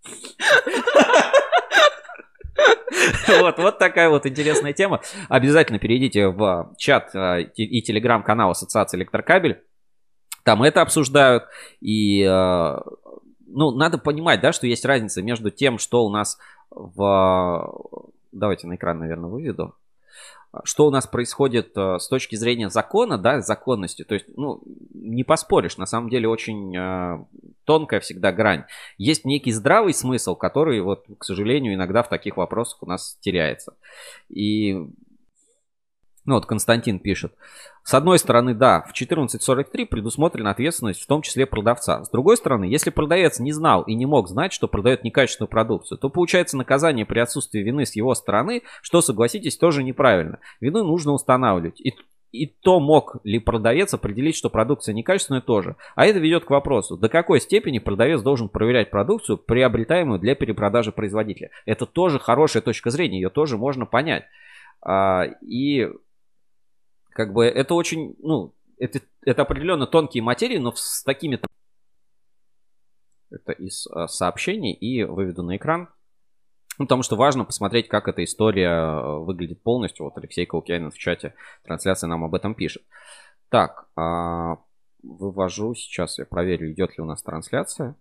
[SPEAKER 1] Вот такая вот интересная тема. Обязательно перейдите в чат и телеграм-канал Ассоциации Электрокабель. Там это обсуждают. И, надо понимать, да, что есть разница между тем, что у нас Давайте на экран, наверное, выведу. Что у нас происходит с точки зрения закона, да, законности. То есть, не поспоришь, на самом деле очень тонкая всегда грань. Есть некий здравый смысл, который, вот, к сожалению, иногда в таких вопросах у нас теряется. И, вот Константин пишет. С одной стороны, да, в 14.43 предусмотрена ответственность, в том числе продавца. С другой стороны, если продавец не знал и не мог знать, что продает некачественную продукцию, то получается наказание при отсутствии вины с его стороны, что, согласитесь, тоже неправильно. Вину нужно устанавливать. И то мог ли продавец определить, что продукция некачественная тоже. А это ведет к вопросу, до какой степени продавец должен проверять продукцию, приобретаемую для перепродажи производителя. Это тоже хорошая точка зрения, ее тоже можно понять. И как бы это очень, это определенно тонкие материи, но с такими это из сообщений и выведу на экран. Ну, потому что важно посмотреть, как эта история выглядит полностью. Вот Алексей Каукянин в чате трансляции нам об этом пишет. Так, вывожу. Сейчас я проверю, идет ли у нас трансляция.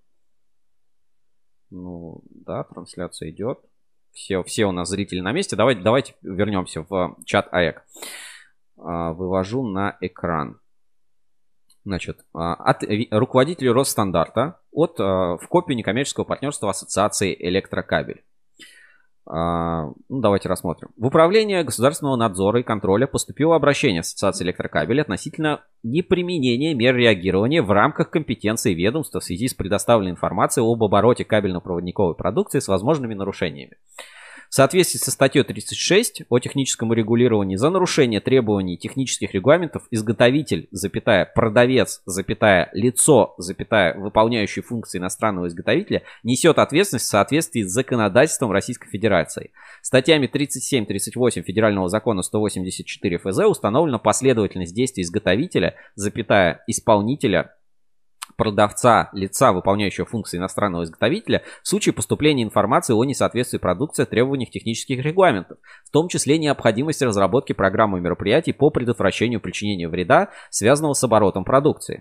[SPEAKER 1] Ну, да, трансляция идет. Все у нас зрители на месте. Давайте вернемся в чат АЭК. Вывожу на экран. Значит, от руководителя Росстандарта в копию некоммерческого партнерства Ассоциации Электрокабель. Ну, давайте рассмотрим. В Управление государственного надзора и контроля поступило обращение Ассоциации Электрокабель относительно неприменения мер реагирования в рамках компетенции ведомства в связи с предоставленной информацией об обороте кабельно-проводниковой продукции с возможными нарушениями. В соответствии со статьей 36 о техническом регулировании за нарушение требований технических регламентов изготовитель, продавец, лицо, выполняющее функции иностранного изготовителя несет ответственность в соответствии с законодательством Российской Федерации. Статьями 37-38 Федерального закона 184 ФЗ установлена последовательность действий изготовителя, исполнителя, продавца, лица, выполняющего функции иностранного изготовителя, в случае поступления информации о несоответствии продукции требованиям технических регламентов, в том числе необходимости разработки программы мероприятий по предотвращению причинения вреда, связанного с оборотом продукции.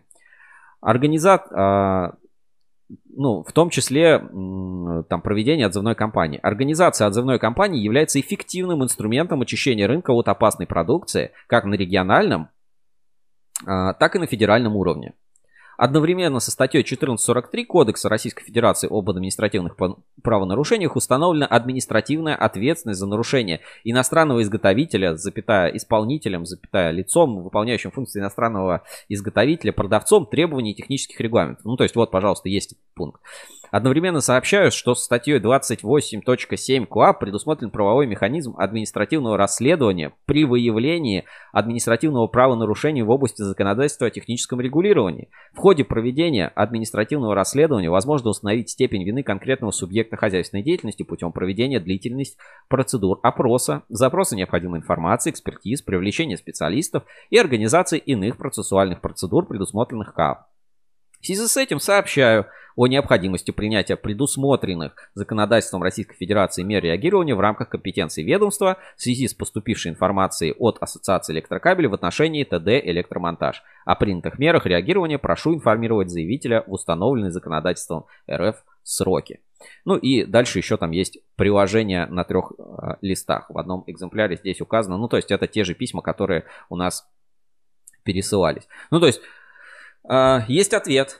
[SPEAKER 1] В том числе проведение отзывной кампании. Организация отзывной кампании является эффективным инструментом очищения рынка от опасной продукции, как на региональном, так и на федеральном уровне. Одновременно со статьей 1443 Кодекса Российской Федерации об административных правонарушениях установлена административная ответственность за нарушение иностранного изготовителя, исполнителем, лицом, выполняющим функции иностранного изготовителя, продавцом требований технических регламентов. Ну, то есть, вот, пожалуйста, есть этот пункт. Одновременно сообщаю, что статьей 28.7 КоАП предусмотрен правовой механизм административного расследования при выявлении административного правонарушения в области законодательства о техническом регулировании. В ходе проведения административного расследования возможно установить степень вины конкретного субъекта хозяйственной деятельности путем проведения длительности процедур опроса, запроса необходимой информации, экспертиз, привлечения специалистов и организации иных процессуальных процедур, предусмотренных КоАП. В связи с этим сообщаю о необходимости принятия предусмотренных законодательством Российской Федерации мер реагирования в рамках компетенции ведомства в связи с поступившей информацией от Ассоциации Электрокабель в отношении ТД «Электромонтаж». О принятых мерах реагирования прошу информировать заявителя в установленные законодательством РФ сроки. Ну и дальше еще там есть приложение на 3 листах. В одном экземпляре здесь указано. Ну, то есть это те же письма, которые у нас пересылались. Ну, то есть есть ответ.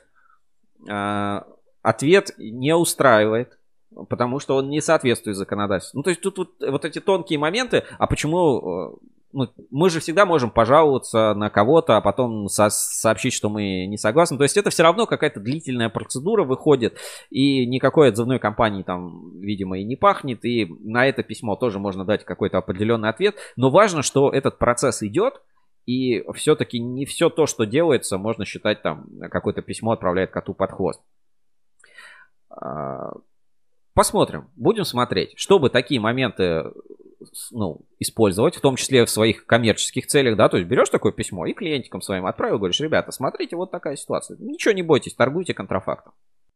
[SPEAKER 1] Ответ не устраивает, потому что он не соответствует законодательству. Ну, то есть тут вот эти тонкие моменты, а почему... мы же всегда можем пожаловаться на кого-то, а потом сообщить, что мы не согласны. То есть это все равно какая-то длительная процедура выходит, и никакой отзывной кампании там, видимо, и не пахнет, и на это письмо тоже можно дать какой-то определенный ответ. Но важно, что этот процесс идет, и все-таки не все то, что делается, можно считать, там, какое-то письмо отправляет коту под хвост. Посмотрим, будем смотреть, чтобы такие моменты использовать, в том числе в своих коммерческих целях, да, то есть берешь такое письмо и клиентикам своим отправил, говоришь: ребята, смотрите, вот такая ситуация, ничего не бойтесь, торгуйте контрафактом.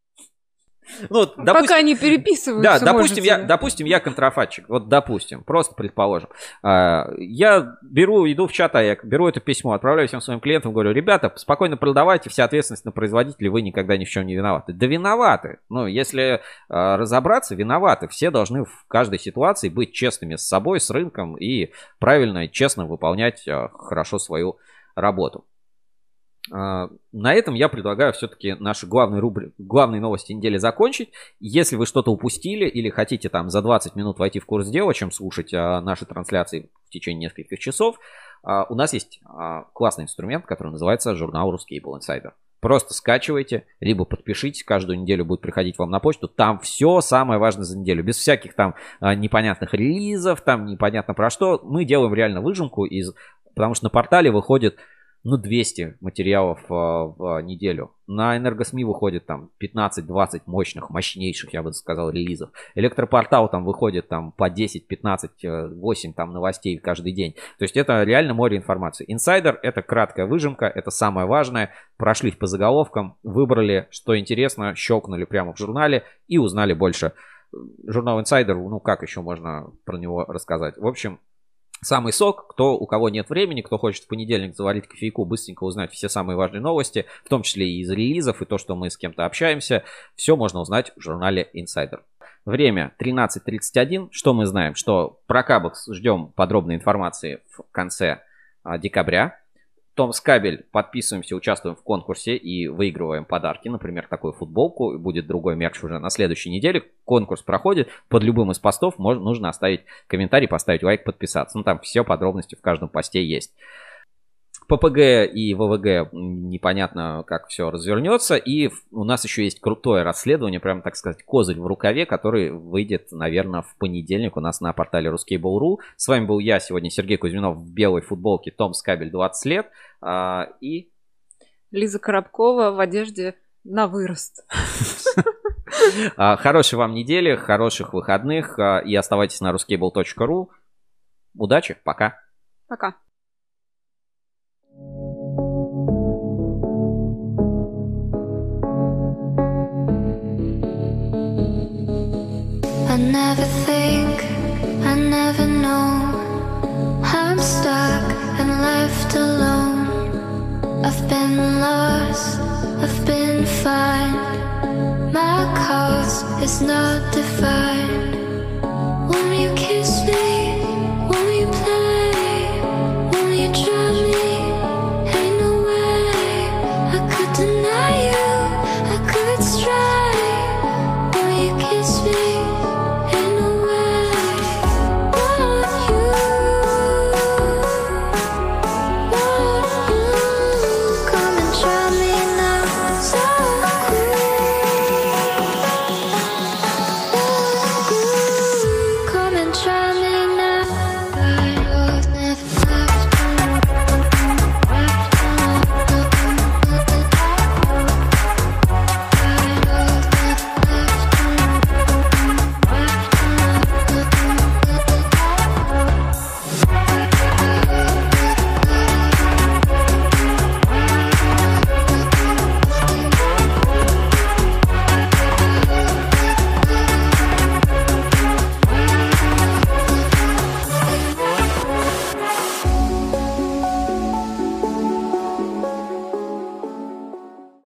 [SPEAKER 2] Пока не переписываются.
[SPEAKER 1] Да, допустим, я контрафактчик. Вот допустим, просто предположим. Я иду в чат АЭК, беру это письмо, отправляю всем своим клиентам, говорю: ребята, спокойно продавайте, вся ответственность на производителя, вы никогда ни в чем не виноваты. Да виноваты. Если разобраться, виноваты. Все должны в каждой ситуации быть честными с собой, с рынком и правильно и честно выполнять хорошо свою работу. На этом я предлагаю все-таки наши главные новости недели закончить. Если вы что-то упустили или хотите там за 20 минут войти в курс дела, чем слушать наши трансляции в течение нескольких часов, у нас есть классный инструмент, который называется журнал Ruscable Insider. Просто скачивайте, либо подпишитесь, каждую неделю будет приходить вам на почту. Там все самое важное за неделю, без всяких там непонятных релизов, там непонятно про что. Мы делаем реально выжимку, потому что на портале выходит 200 материалов в неделю. На Энергосми выходит там 15-20 мощнейших, я бы сказал, релизов. Электропортал там выходит там по 10, 15, 8 там новостей каждый день. То есть это реально море информации. Инсайдер — это краткая выжимка, это самое важное. Прошлись по заголовкам, выбрали, что интересно, щелкнули прямо в журнале и узнали больше. Журнал Инсайдер, как еще можно про него рассказать? В общем, самый сок. У кого нет времени, кто хочет в понедельник заварить кофейку, быстренько узнать все самые важные новости, в том числе и из релизов, и то, что мы с кем-то общаемся, все можно узнать в журнале Insider. Время 13:31. Что мы знаем? Что про Кабекс ждем подробной информации в конце декабря. Томскабель, подписываемся, участвуем в конкурсе и выигрываем подарки. Например, такую футболку. Будет другой мерч уже на следующей неделе. Конкурс проходит. Под любым из постов нужно оставить комментарий, поставить лайк, подписаться. Там все подробности в каждом посте есть. ППГ и ВВГ непонятно, как все развернется. И у нас еще есть крутое расследование, прям, так сказать, козырь в рукаве, который выйдет, наверное, в понедельник у нас на портале Ruskable.ru. С вами был я сегодня, Сергей Кузьминов, в белой футболке, Томскабель 20 лет. И
[SPEAKER 2] Лиза Коробкова в одежде на вырост.
[SPEAKER 1] Хорошей вам недели, хороших выходных. И оставайтесь на ruskable.ru. Удачи, пока.
[SPEAKER 2] Пока.
[SPEAKER 5] I never think, I never know. I'm stuck and left alone. I've been lost, I've been found. My cause is not defined. Won't you